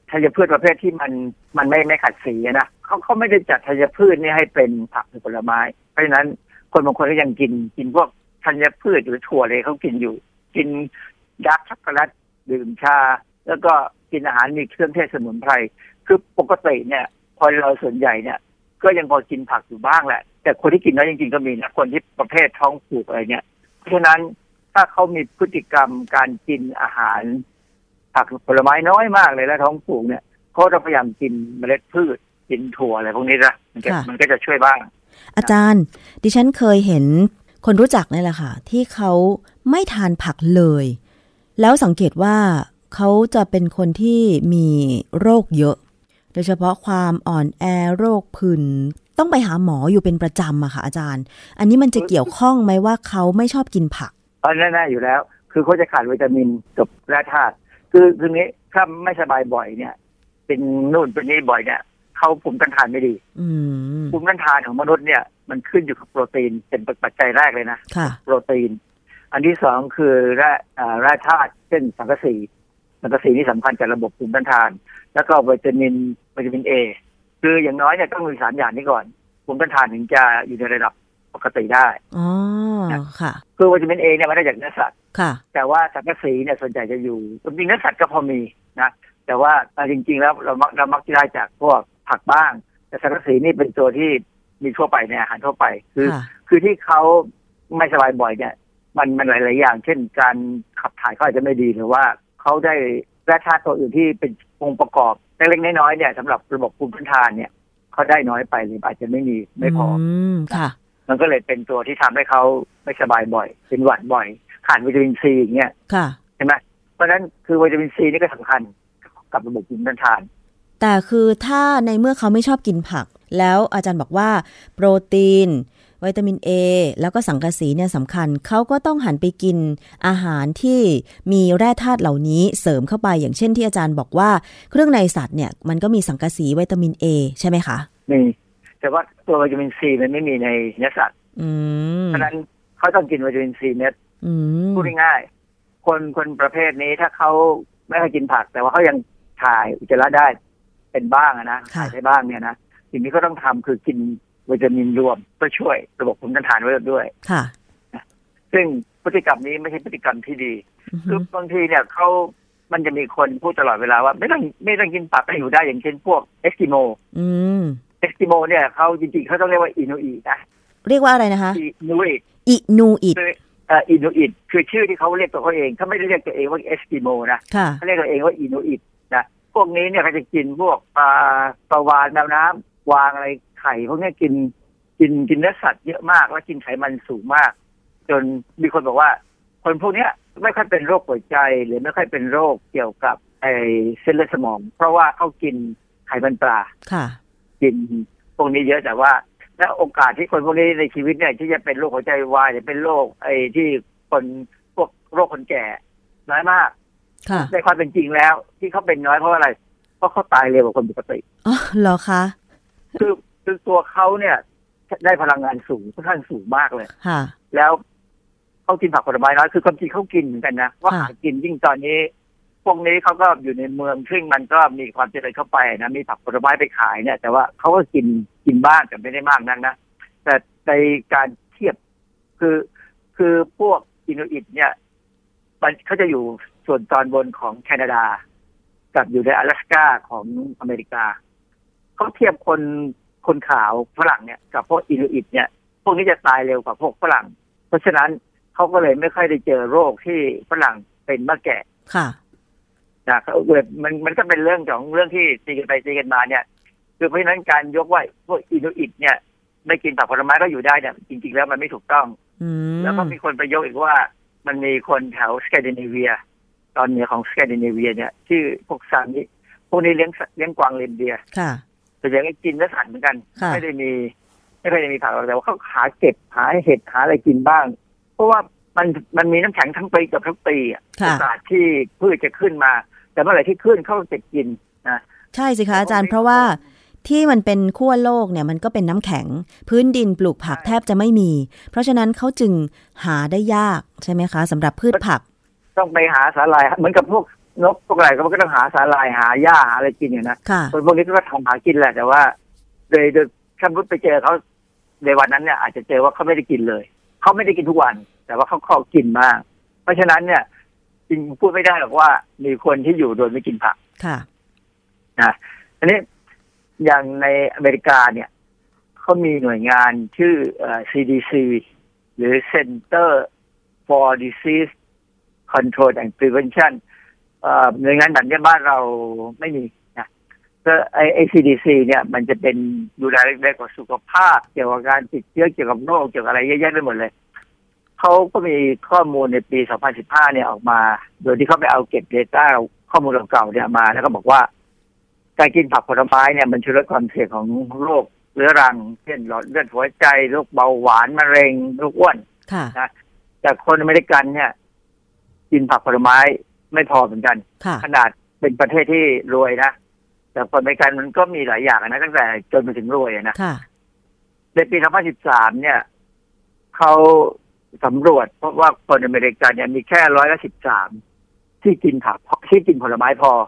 Speaker 6: ธัญพืชประเภทที่มันไม่ขัดสีนะเขาไม่ได้จัดธัญพืชนี่ให้เป็นผักหรือผลไม้เพราะฉะนั้นคนบางคนก็ยังกินพวกธัญพืชหรือถั่วเลยเขากินอยู่กินดาร์กช็อกโกแลตดื่มชาแล้วก็กินอาหารมีเครื่องเทศสมุนไพรคือปกติเนี่ยคนเราส่วนใหญ่เนี่ยก็ยังพอกินผักอยู่บ้างแหละแต่คนที่กินน้อยจริงๆก็มีนะคนที่ประเภทท้องผูกอะไรเนี่ยเพราะฉะนั้นถ้าเขามีพฤติกรรมการกินอาหารผักผลไม้น้อยมากเลยแล้วท้องผูกเนี่ยเขาจะพยายามกินเมล็ดพืชกินถั่วอะไรพวกนี้นะมันก็จะช่วยบ้าง
Speaker 3: อาจารย์ดิฉันเคยเห็นคนรู้จักนี่แหละค่ะที่เขาไม่ทานผักเลยแล้วสังเกตว่าเขาจะเป็นคนที่มีโรคเยอะโดยเฉพาะความอ่อนแอโรคผื่นต้องไปหาหมออยู่เป็นประจำอะค่ะอาจารย์อันนี้มันจะเกี่ยวข้องไหมว่าเขาไม่ชอบกินผัก
Speaker 6: แน่ๆอยู่แล้วคือเขาจะขาดวิตามินกับแร่ธาตุคือนี้ถ้าไม่สบายบ่อยเนี่ยเป็นนู่นเป็นนี่บ่อยเนี่ยเขาภูมิต้านทานไม่ดีภูมิต้านทานของมนุษย์เนี่ยมันขึ้นอยู่กับโปรตีนเป็นปัจจัยแรกเลยนะโปรตีนอันที่สองคือแร่ธาตุเช่นสังกะสีนี่สำคัญกับระบบภูมิต้านทานแล้วก็วิตามินเอคืออย่างน้อยเนี่ยต้องมี3อย่างนี้ก่อนภูมิต้านทานถึงจะอยู่ในระดับปกติได้
Speaker 3: อ๋อค่ะ
Speaker 6: คือวิตามินเอเนี่ยมันได้จากเนื้อสัตว์
Speaker 3: ค่ะ
Speaker 6: แต่ว่าสังกะสีเนี่ยส่วนใหญ่จะอยู่จริงๆเนื้อสัตว์ก็พอมีนะแต่ว่าจริงๆแล้วเรามักจะได้จากพวกผักบ้างแต่สังกะสีนี่เป็นตัวที่มีทั่วไปในอาหารทั่วไปคือที่เขาไม่สบายบ่อยเนี่ยมันหลายๆอย่างเช่นการขับถ่ายเขาอาจจะไม่ดีหรือว่าเขาได้แร่ธาตุตัวอื่นที่เป็นองค์ประกอบเล็กๆน้อยๆเนี่ยสำหรับระบบภูมิต้านทานเนี่ยเขาได้น้อยไปหรืออาจจะไม่พอ
Speaker 3: ค่ะ
Speaker 6: มันก็เลยเป็นตัวที่ทำให้เขาไม่สบายบ่อยเป็นหวัดบ่อยขาดวิตามินซีอย่างเงี้ยใช่ไหมเพราะฉะนั้นคือวิตามินซีนี่ก็สำคัญกับระบบภูมิต้านทาน
Speaker 3: แต่คือถ้าในเมื่อเขาไม่ชอบกินผักแล้วอาจารย์บอกว่าโปรตีนวิตามิน A แล้วก็สังกะสีเนี่ยสำคัญเขาก็ต้องหันไปกินอาหารที่มีแร่ธาตุเหล่านี้เสริมเข้าไปอย่างเช่นที่อาจารย์บอกว่าเครื่องในสัตว์เนี่ยมันก็มีสังกะสีวิตามิน A ใช่ไหมคะ
Speaker 6: มีแต่ว่าตัววิตามินซีมันไม่มีในเนื้อสัตว์เพราะนั้นเขาต้องกินวิตามินซีเม็ดพูดง่ายๆคนประเภทนี้ถ้าเขาไม่เคยกินผักแต่ว่าเขายังถ่ายอุจจาระได้เป็นบ้างนะถ่ายได้บ้างเนี่ยนะสิ่งที่เขาต้องทำคือกินวิตามินรวมเพื่อช่วยระบบภูมิต้านทานไว้ด้วย
Speaker 3: ค่ะ
Speaker 6: ซึ่งพฤติกรรมนี้ไม่ใช่พฤติกรรมที่ดีคือบางทีเนี่ยมันจะมีคนพูดตลอดเวลาว่าไม่ต้องกินผักก็อยู่ได้อย่างเช่นพวกเอสกิโมเนี่ยเขาจริงๆเขาต้องเรียกว่าอินูอินะ
Speaker 3: เรียกว่าอะไรนะคะ
Speaker 6: อินูอิคือชื่อที่เขาเรียกตัวเขาเองเขาไม่ได้เรียกตัวเองว่าเอสกิโมนะเขาเรียกตัวเองว่าอินูอินะพวกนี้เนี่ยเขาจะกินพวกปลาวาฬแมวน้ำวางอะไรไข่พวกนี้กินเนื้อสัตว์เยอะมากแล้วกินไขมันสูงมากจนมีคนบอกว่าคนพวกนี้ไม่ค่อยเป็นโรคหัวใจหรือไม่ค่อยเป็นโรคเกี่ยวกับเส้นเลือดสมองเพราะว่าเขากินไขมันปลากินพวกนี้เยอะแต่ว่าและโอกาสที่คนพวกนี้ในชีวิตเนี่ยที่จะเป็นโรคหัวใจวายหรือเป็นโรคที่คนพวกโรคคนแก่น้อยมากในความเป็นจริงแล้วที่เขาเป็นน้อยเพราะอะไรเพราะเขาตายเร็วกว่าคนปกติ
Speaker 3: อ๋อเหรอคะ
Speaker 6: คือตัวเขาเนี่ยได้พลังงานสูงค่อนข้างสูงมากเลย
Speaker 3: ค่ะ
Speaker 6: แล้วเขากินผักผลไม้น้อยคือความจริงเขากินเหมือนกันนะว่าหากินยิ่งตอนนี้พวกนี้เขาก็อยู่ในเมืองซึ่งมันก็มีความเจริญเข้าไปนะมีผักผลไม้ไปขายเนี่ยแต่ว่าเขาก็กินบ้างแต่ไม่ได้มากนักนะแต่ในการเทียบคือพวกอินูอิตเนี่ยมันเขาจะอยู่ส่วนตอนบนของแคนาดากับอยู่ใน阿拉斯加ของอเมริกาเขาเทียบคนขาวฝรั่งเนี่ยกับพวกอินูอิตเนี่ยพวกนี้จะตายเร็วกว่าพวกฝรั่งเพราะฉะนั้นเขาก็เลยไม่ค่อยได้เจอโรคที่ฝรั่งเป็นเมื่อแก่
Speaker 3: ค่ะ
Speaker 6: นะมันก็เป็นเรื่องของเรื่องที่ตีกันไปตีกันมาเนี่ยคือเพราะฉะนั้นการยกว่าพวกอินูอิตเนี่ยไม่กินผักผลไม้ก็อยู่ได้เนี่ยจริงๆแล้วมันไม่ถูกต้องแล้วก็มีคนไปยกอีกว่ามันมีคนแถวสแกนดิเนเวียตอนเหนือของสแกนดิเนเวียเนี่ยที่พวกซามิพวกนี้เลี้ยงกวางเรนเดียร์แต่ยังกินเนื้อสัตว์เหมือนกันไม่ได้มีผักแต่ว่าเขาหาเก็บหาเห็ดหาอะไรกินบ้างเพราะว่ามันมีน้ำแข็งทั้งปีกับทั้งปีโอกาสที่พืชจะขึ้นมาแต่เมื่อไหร่ที่ขึ้นเขาจะกินนะ
Speaker 3: ใช่สิคะอาจารย์เพราะว่าที่มันเป็นขั้วโลกเนี่ยมันก็เป็นน้ำแข็งพื้นดินปลูกผักแทบจะไม่มีเพราะฉะนั้นเขาจึงหาได้ยากใช่ไหมคะสำหรับพืชผัก
Speaker 6: ต้องไปหาสาหร่ายเหมือนกับพวกนกพวกอะไรก็ต้องหาสาหร่ายหาหญ้าหาอะไรกินอยู่นะคนพวกนี้ก็ทำหากินแหละแต่ว่าโดยถ้าไปเจอเขาในวันนั้นเนี่ยอาจจะเจอว่าเขาไม่ได้กินเลยเขาไม่ได้กินทุกวันแต่ว่าเขากินมากเพราะฉะนั้นเนี่ยจริงพูดไม่ได้หรอกว่ามีคนที่อยู่โดยไม่กินผักนะอันนี้อย่างในอเมริกาเนี่ยเขามีหน่วยงานชื่อCDC หรือ Center for Disease Control and Prevention หน่วยงานแบบนี้บ้านเราไม่มีนะก็ไอ้ CDC เนี่ยมันจะเป็นดูแลเรื่องของสุขภาพเกี่ยวกับการติดเชื้อเกี่ยวกับโรคเกี่ยวกับอะไรเยอะแยะไปหมดเลยเขาก็มีข้อมูลในปี 2015 เนี่ยออกมาโดยที่เขาไปเอาเก็บ data ข้อมูลเก่าๆเนี่ยมาแล้วก็บอกว่าการกินผักผลไม้เนี่ยมันช่วยลดความเสี่ยงของโรคเรื้อรังเช่นหลอดเลือดหัวใจโรคเบาหวานมะเร็งโรคอ้วนนะแต่คนอเมริกันเนี่ยกินผักผลไม้ไม่พอเหมือนกันขนาดเป็นประเทศที่รวยนะแต่คนอเมริกันมันก็มีหลายอย่างนะตั้งแต่จนไปถึงรวยนะในปี 2013 เนี่ยเขาสำรวจพบว่าคนอเมริกันเนี่ยมีแค่113ที่กินผักที่กินผลไม้พอ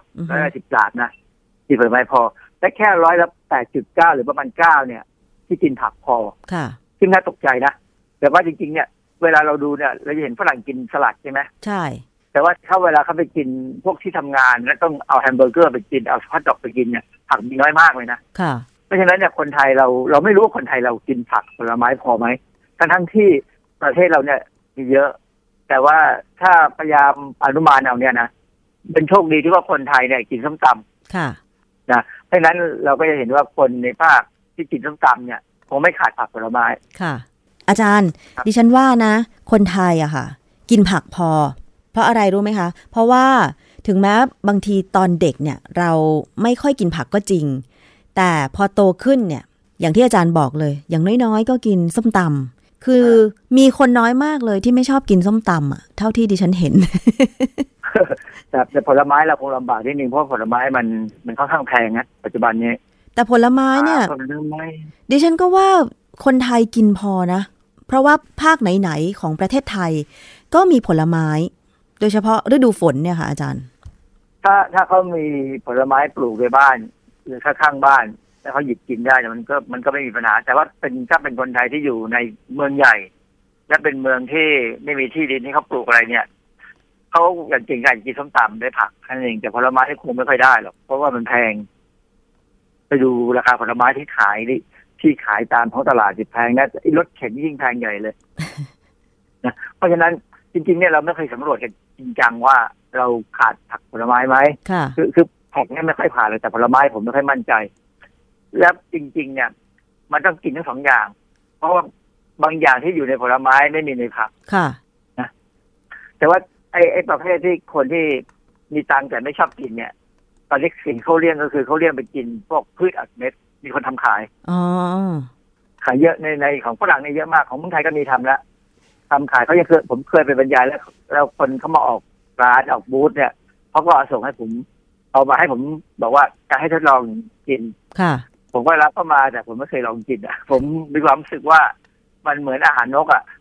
Speaker 6: 113นะกินผลไม้พอและแค่8.9 หรือประมาณ9เนี่ยที่กินผักพอซึ่งน่าตกใจนะแต่ว่าจริงๆเนี่ยเวลาเราดูเนี่ยเราจะเห็นฝรั่งกินสลัดใช่ไหมใช่แต่ว่าถ้าเวลาเขาไปกินพวกที่ทำงานแล้วต้องเอาแฮมเบอร์เกอร์ไปกินเอาฮอทดอกไปกินเนี่ยผักมีน้อยมากเลยนะเพราะฉะนั้นเนี่ยคนไทยเราไม่รู้ว่าคนไทยเรากินผักผลไม้พอไหมทั้งที่ประเทศเราเนี่ยมีเยอะแต่ว่าถ้าพยายามอนุมานเอาเนี่ยนะเป็นโชคดีที่ว่าคนไทยเนี่ยกินส้มตำนะเพราะฉะนั้นเราก็จะเห็นว่าคนในภาคที่กินส้มตำเนี่ยคงไม่ขาดผักผลไม้
Speaker 3: ค่ะอาจารย์ดิฉันว่านะคนไทยอะค่ะกินผักพอเพราะอะไรรู้ไหมคะเพราะว่าถึงแม้บางทีตอนเด็กเนี่ยเราไม่ค่อยกินผักก็จริงแต่พอโตขึ้นเนี่ยอย่างที่อาจารย์บอกเลยอย่างน้อยๆก็กินส้มตำคือมีคนน้อยมากเลยที่ไม่ชอบกินส้มตำอะเท่าที่ดิฉันเห็น
Speaker 6: แต่ผลไม้เราคงลำบากนิดนึงเพราะผลไม้มันค่อนข้างแพงนะปัจจุบันนี้
Speaker 3: แต่ผลไม้เนี่ยดิฉันก็ว่าคนไทยกินพอนะเพราะว่าภาคไหนๆของประเทศไทยก็มีผลไม้โดยเฉพาะฤดูฝนเนี่ยค่ะอาจารย์
Speaker 6: ถ้าเขามีผลไม้ปลูกในบ้านหรือข้างบ้านแล้วเขาหยิบกินได้มันก็ไม่มีปัญหาแต่ว่าถ้าเป็นคนไทยที่อยู่ในเมืองใหญ่และเป็นเมืองที่ไม่มีที่ดินที่เขาปลูกอะไรเนี่ยเขาอย่างจริงการกินส้มตำได้ผักนั่นเองแต่ผลไม้ที่คงไม่ค่อยได้หรอกเพราะว่ามันแพงไปดูราคาผลไม้ที่ขายตามท้องตลาดแพงนะรถเข็นยิ่งแพงใหญ่เลยนะเพราะฉะนั้นจริงๆเนี่ยเราไม่เคยสำรวจกันจริงจังว่าเราขาดผักผลไม้ไหมคือผักเนี่ยไม่ค่อยขาดเลยแต่ผลไม้ผมไม่ค่อยมั่นใจแล้วจริงๆเนี่ยมันต้องกินทั้งสองอย่างเพราะว่าบางอย่างที่อยู่ในผลไม้ไม่มีในผักนะแต่ว่าไอ้ประเภทที่คนที่มีตังค์แต่ไม่ชอบกินเนี่ยตอนนี้สิ่งเขาเลี่ยงก็คือเขาเลี่ยงไปกินพวกพืชอัดเม็ดมีคนทำขายขายเยอะในของฝรั่งเนี่ยเยอะมากของเมืองไทยก็มีทำแล้วทำขายเขายังผมเคยไปบรรยายแล้วคนเขามาออกร้านออกบูธเนี่ยเขาก็ส่งให้ผมเอามาให้ผมบอกว่าจะให้ทดลองกินผมก็รับเข้ามาแต่ผมไม่เคยลองกินอ่ะผมมีความรู้สึกว่ามันเหมือนอาหารนกอ่ะ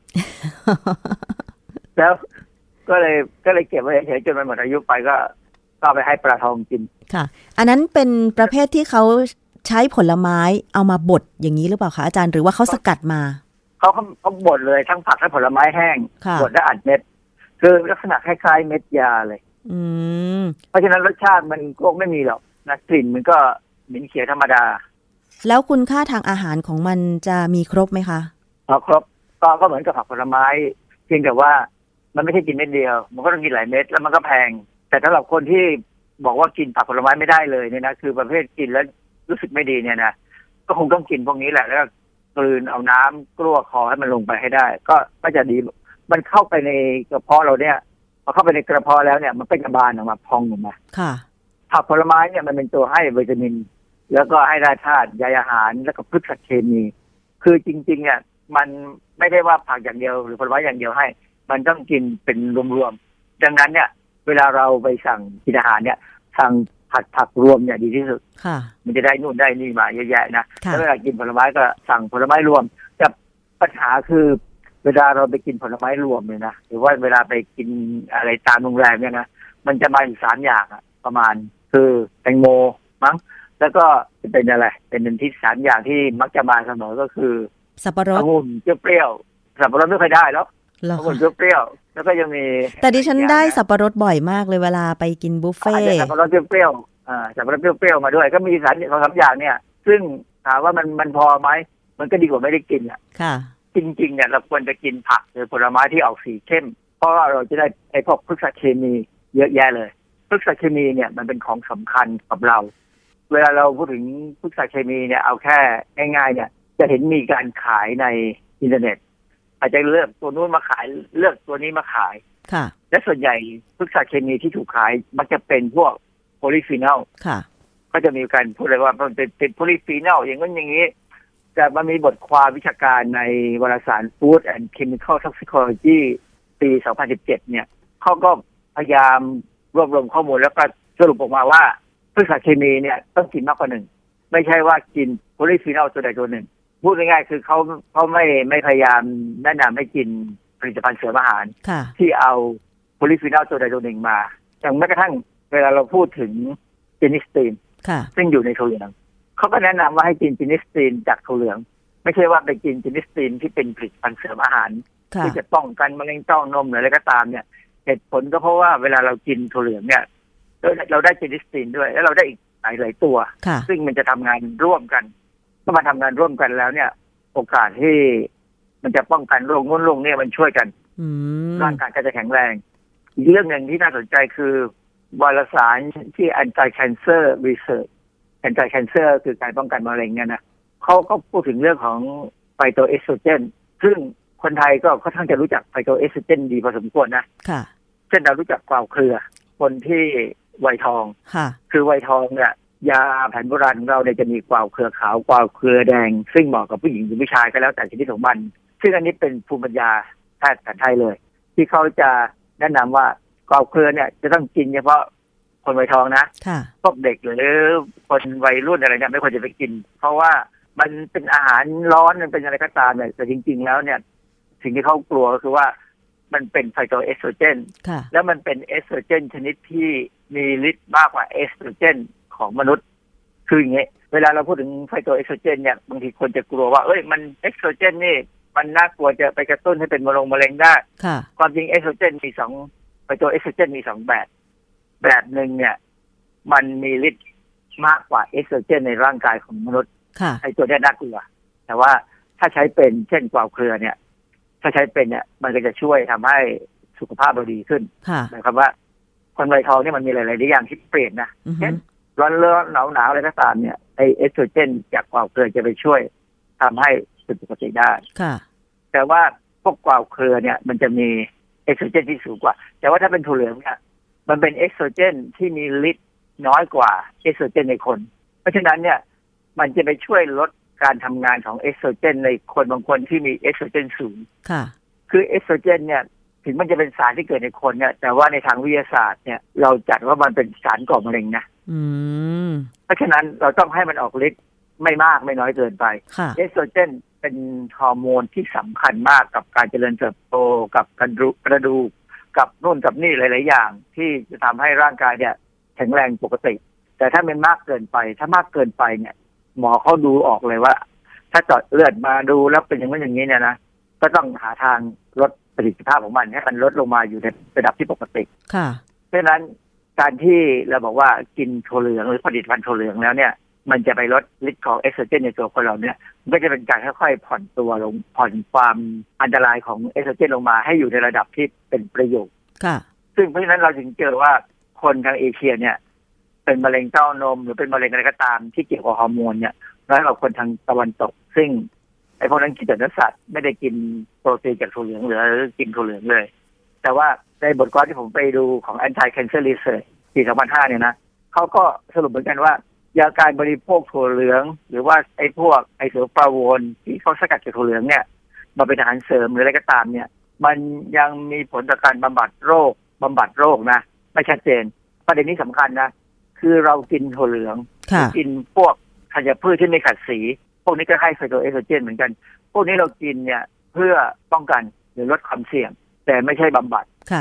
Speaker 6: แล้วก็เลยเก็บไว้เฉยๆจนมันหมดอายุไปก็ไปให้ปลาทองกิน
Speaker 3: ค่ะอันนั้นเป็นประเภทที่เขาใช้ผลไม้เอามาบดอย่างนี้หรือเปล่าคะอาจารย์หรือว่าเขาสกัดมา
Speaker 6: เขาบดเลยทั้งผักและผลไม้แห้งบดและอัดเม็ดคือลักษณะคล้ายๆเม็ดยาเลยเพราะฉะนั้นรสชาติมันก็ไม่มีหรอกนะกลิ่นมันก็เหม็นเขียวธรรมดา
Speaker 3: แล้วคุณค่าทางอาหารของมันจะมีครบไหมคะ
Speaker 6: ครบก็เหมือนกับผักผลไม้เพียงแต่ว่ามันไม่ใช่กินเม็ดเดียวมันก็ต้องกินหลายเม็ดแล้วมันก็แพงแต่สำหรับคนที่บอกว่ากินผักผลไม้ไม่ได้เลยเนี่ยนะคือประเภทกินแล้วรู้สึกไม่ดีเนี่ยนะก็คงต้องกินพวกนี้แหละแล้วกลืนเอาน้ำกลั้วคอให้มันลงไปให้ได้ก็จะดีมันเข้าไปในกระเพาะเราเนี่ยพอเข้าไปในกระเพาะแล้วเนี่ยมันเป็นกระบาลออกมาพองออกมาผักผลไม้เนี่ยมันเป็นตัวให้วิตามินแล้วก็ให้แร่ธาตุใยอาหารแล้วก็พืชผักเคมีคือจริงๆเนี่ยมันไม่ได้ว่าผักอย่างเดียวหรือผลไม้อย่างเดียวให้มันต้องกินเป็นรวมๆดังนั้นเนี่ยเวลาเราไปสั่งกินอาหารเนี่ยสั่งผักรวมเนี่ยดีที่สุดมันจะได้นู่นได้นี่มาเยอะแยะนะแล้วเวลากินผลไม้ก็สั่งผลไม้รวมแต่ปัญหาคือเวลาเราไปกินผลไม้รวมเนี่ยนะหรือว่าเวลาไปกินอะไรตามโรงแรมเนี่ยนะมันจะมาอยู่3อย่างประมาณคือแตงโมมั้งแล้วก็จะเป็นอะไรเป็นที่3อย่างที่มักจะมาเสมอก็คือ
Speaker 3: สับปะรด
Speaker 6: องุ่นเปรี้ยวสับปะรดไม่ค่อยได้แล้วองุ่นเปรี้ยวแล้วก็ยังมี
Speaker 3: แต่ดิฉันได้สับปะรดบ่อยมากเลยเวลาไปกินบุฟเฟ่
Speaker 6: สับปะรดเปรี้ยวสับปะรดเปรี้ยวมาด้วยก็มี3อย่างเนี่ยซึ่งถามว่ามันพอไหมมันก็ดีกว่าไม่ได้กิน
Speaker 3: ค่ะ
Speaker 6: จริงๆเนี่ยเราควรจะกินผักหรือผลไม้ที่ออกสีเข้มเพราะว่าเราจะได้ไอ้พวกพฤกษเคมีเยอะแยะเลยพฤกษเคมีเนี่ยมันเป็นของสำคัญกับเราเวลาเราพูดถึงพฤกษเคมีเนี่ยเอาแค่ง่ายๆเนี่ยจะเห็นมีการขายในอินเทอร์เน็ตอาจจะเลือกตัวนู้นมาขายเลือกตัวนี้มาขาย
Speaker 3: ค่ะ
Speaker 6: และส่วนใหญ่พฤกษเคมีที่ถูกขายมักจะเป็นพวกโพลีฟีนอล
Speaker 3: ค่ะ
Speaker 6: ก็จะมีการพูดเลยว่ามันเป็นโพลีฟีนอลอย่างนั้นอย่างนี้แต่มันมีบทความวิชาการในวารสาร Food and Chemical Toxicology ปี 2017 เนี่ยเขาก็พยายามรวบรวมข้อมูลแล้วก็สรุปออกมาว่าพฤกษเคมีเนี่ยต้องกินมากกว่าหนึ่งไม่ใช่ว่ากินโพลีฟีนอลตัวใดตัวหนึ่งพูดง่ายๆคือเขาไม่พยายามแนะนำให้กินผลิตภัณฑ์เสริมอาหารที่เอาโพลีฟีนอลตัวใดตัวหนึ่งมาอย่างแม้กระทั่งเวลาเราพูดถึงจินิสตีนซึ่งอยู่ในถั่วเหลืองเขาก็แนะนำว่าให้กินจินิสตีนจากถั่วเหลืองไม่ใช่ว่าไปกินจินิสตีนที่เป็นผลิตภัณฑ์เสริมอาหารที่จะป้องกันมะเร็งเต้านมหรืออะไรก็ตามเนี่ยเหตุผลก็เพราะว่าเวลาเรากินถั่วเหลืองเนี่ยเราได้จินิสตีนด้วยแล้วเราได้อีกหลายตัวซึ่งมันจะทำงานร่วมกันก็มาทำงานร่วมกันแล้วเนี่ยโอกาสที่มันจะป้องกันโรคนู้นโรคนี้มันช่วยกันร่างกายก็จะแข็งแรงอีกเรื่องหนึ่งที่น่าสนใจคือวารสารที่ Anti-Cancer Research Anti-Cancer คือการป้องกันมะเร็งเนี่ยนะเขาก็พูดถึงเรื่องของไฟโตเอสโตรเจนซึ่งคนไทยก็ค่อนข้างจะรู้จักไฟโตเอสโตรเจนดีพอสมควรนะเช่นเรารู้จักกวาวเครือคนที่วัยทองคือวัยทองเนี่ยยาแผนโบราณของเราเนี่ยจะมีกวาวเครือขาวกวาวเครือแดงซึ่งเหมาะกับผู้หญิงหรือผู้ชายก็แล้วแต่ชนิดของมันซึ่งอันนี้เป็นภูมิปัญญาแพทย์แผนไทยเลยที่เขาจะแนะนำว่ากวาวเครือเนี่ยจะต้องกินเฉพาะคนวัยทองนะพวกเด็กหรือคนวัยรุ่นอะไรเนี่ยไม่ควรจะไปกินเพราะว่ามันเป็นอาหารร้อนมันเป็นอะไรก็ตามเนี่ยแต่จริงๆแล้วเนี่ยสิ่งที่เขากลัวก็คือว่ามันเป็นไฟโตเอสโตรเจนแล้วมันเป็นเอสโตรเจนชนิดที่มีฤทธิ์มากกว่าเอสโตรเจนของมนุษย์คืออย่างเงี้ยเวลาเราพูดถึงไฟโตเอสโตรเจนเนี่ยบางทีคนจะกลัวว่ามันเอสโตรเจนนี่มันน่ากลัวจะไปกระตุ้นให้เป็นมะเร็งได้ความจริงเอสโตรเจนมีไฟโตเอสโตรเจนมีแบบหนึ่งเนี่ยมันมีฤทธิ์มากกว่าเอสโตรเจนในร่างกายของมนุษย์ไอ้ตัวนี้น่ากลัวแต่ว่าถ้าใช้เป็นเช่นกวาวเครือเนี่ยถ้าใช้เป็นเนี่ยมันก็จะช่วยทำให้สุขภาพเราดีขึ้นหมายความว่าคนวัยทองเนี่ยมันมีหลายๆอย่างที่เปลี่ยนนะเช่นร้อนหนาวอะไรก็ตามเนี่ยไอเอสโตรเจนจากกวาวเครือจะไปช่วยทำให้เป็นปกติได้แต่ว่าพวกกวาวเครือเนี่ยมันจะมีเอสโตรเจนที่สูงกว่าแต่ว่าถ้าเป็นถั่วเหลืองเนี่ยมันเป็นเอสโตรเจนที่มีฤทธิ์น้อยกว่าเอสโตรเจนในคนเพราะฉะนั้นเนี่ยมันจะไปช่วยลดการทำงานของเอสโตรเจนในคนบางคนที่มีเอสโตรเจนสูงคือเอสโตรเจนเนี่ยถึงมันจะเป็นสารที่เกิดในคนเนี่ยแต่ว่าในทางวิทยาศาสตร์เนี่ยเราจัดว่ามันเป็นสารก่อมะเร็งนะเพราะฉะนั้นเราต้องให้มันออกฤทธิ์ไม่มากไม่น้อยเกินไปเอสโตรเจนเป็นฮอร์โมนที่สำคัญมากกับการเจริญเติบโตกับกระดูกกับนู่นกับนี่หลายๆอย่างที่จะทำให้ร่างกายเนี่ยแข็งแรงปกติแต่ถ้ามันมากเกินไปถ้ามากเกินไปเนี่ยหมอเขาดูออกเลยว่าถ้าเจาะเลือดมาดูแล้วเป็นอย่างนี้เนี่ยนะก็ต้องหาทางลดประสิทธิภาพของมันให้มันลดลงมาอยู่ในระดับที่ปกติเพราะฉะนั้นการที่เราบอกว่ากินถั่วเหลืองหรือผลิตภัณฑ์ถั่วเหลืองแล้วเนี่ยมันจะไปลดฤทธิ์ของเอสโตรเจนในตัวคนเราเนี่ยมันก็จะเป็นการค่อยๆผ่อนตัวลงผ่อนความอันตรายของเอสโตรเจนลงมาให้อยู่ในระดับที่เป็นประโยชน์ซึ่งเพราะฉะนั้นเราถึงเจอว่าคนทางเอเชียเนี่ยเป็นมะเร็งเต้านมหรือเป็นมะเร็งอะไรก็ตามที่เกี่ยวกับฮอร์โมนเนี่ยน้อยกว่าคนทางตะวันตกซึ่งไอ้พวกนั้นกินแต่เนื้อสัตว์ไม่ได้กินโปรตีนจากถั่วเหลืองหรือกินถั่วเหลืองเลยแต่ว่าในบทความที่ผมไปดูของ Anti-Cancer Research ปี 2005 เนี่ยนะเขาก็สรุปเหมือนกันว่ายาการบริโภคถั่วเหลืองหรือว่าไอ้พวกไอโซฟลาโวนที่เขาสกัดจากถั่วเหลืองเนี่ยมาเป็นอาหารเสริมหรืออะไรก็ตามเนี่ยมันยังมีผลต่อการบำบัดโรคนะไม่ชัดเจนประเด็นนี้สำคัญนะคือเรากินถั่วเหลืองกินพวกธัญพืชที่ไม่ขัดสีพวกนี้ก็ให้ไฟโตเอสโตรเจนเหมือนกันพวกนี้เรากินเนี่ยเพื่อป้องกันหรือลดความเสี่ยงแต่ไม่ใช่บำบัด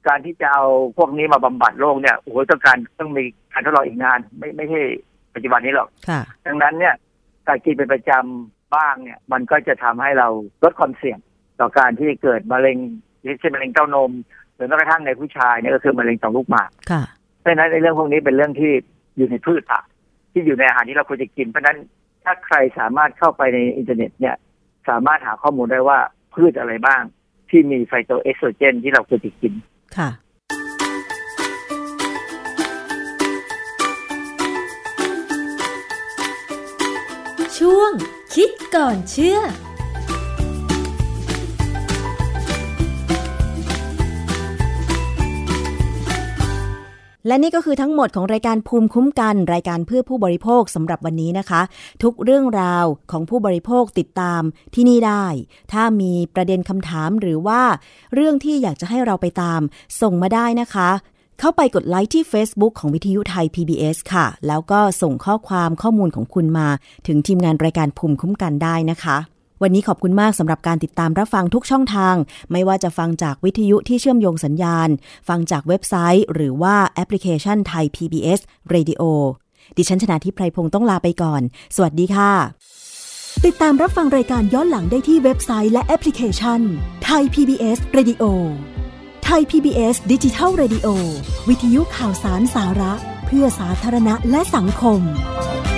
Speaker 6: การที่จะเอาพวกนี้มาบำบัดโรคเนี่ยโอ้โหต้องมีการทดลองอีกนานไม่ใช่ปัจจุบันนี้หรอกดังนั้นเนี่ยการกินเป็นประจำบ้างเนี่ยมันก็จะทำให้เราลดความเสี่ยงต่อการที่เกิดมะเร็งเช่นมะเร็งเต้านมหรือแม้กระทั่งในผู้ชายเนี่ยก็คือมะเร็งต่อมลูกหมากเพราะฉะนั้นในเรื่องพวกนี้เป็นเรื่องที่อยู่ในพืชผักที่อยู่ในอาหารที่เราควรจะกินเพราะฉะนั้นถ้าใครสามารถเข้าไปในอินเทอร์เน็ตเนี่ยสามารถหาข้อมูลได้ว่าพืชอะไรบ้างที่มีไฟโตเอสโตรเจนที่เราควรจะกินค่ะ
Speaker 5: ช่วงคิดก่อนเชื่อ
Speaker 3: และนี่ก็คือทั้งหมดของรายการภูมิคุ้มกันรายการเพื่อผู้บริโภคสำหรับวันนี้นะคะทุกเรื่องราวของผู้บริโภคติดตามที่นี่ได้ถ้ามีประเด็นคำถามหรือว่าเรื่องที่อยากจะให้เราไปตามส่งมาได้นะคะเข้าไปกดไลค์ที่ Facebook ของวิทยุไทย PBS ค่ะแล้วก็ส่งข้อมูลของคุณมาถึงทีมงานรายการภูมิคุ้มกันได้นะคะวันนี้ขอบคุณมากสำหรับการติดตามรับฟังทุกช่องทางไม่ว่าจะฟังจากวิทยุที่เชื่อมโยงสัญญาณฟังจากเว็บไซต์หรือว่าแอปพลิเคชันไทย PBS Radio ดิฉันชนาธิป ไพรพงศ์ต้องลาไปก่อนสวัสดีค่ะติดตามรับฟังรายการย้อนหลังได้ที่เว็บไซต์และแอปพลิเคชันไทย PBS Radio ไทย PBS Digital Radio วิทยุข่าวสารสาระเพื่อสาธารณะและสังคม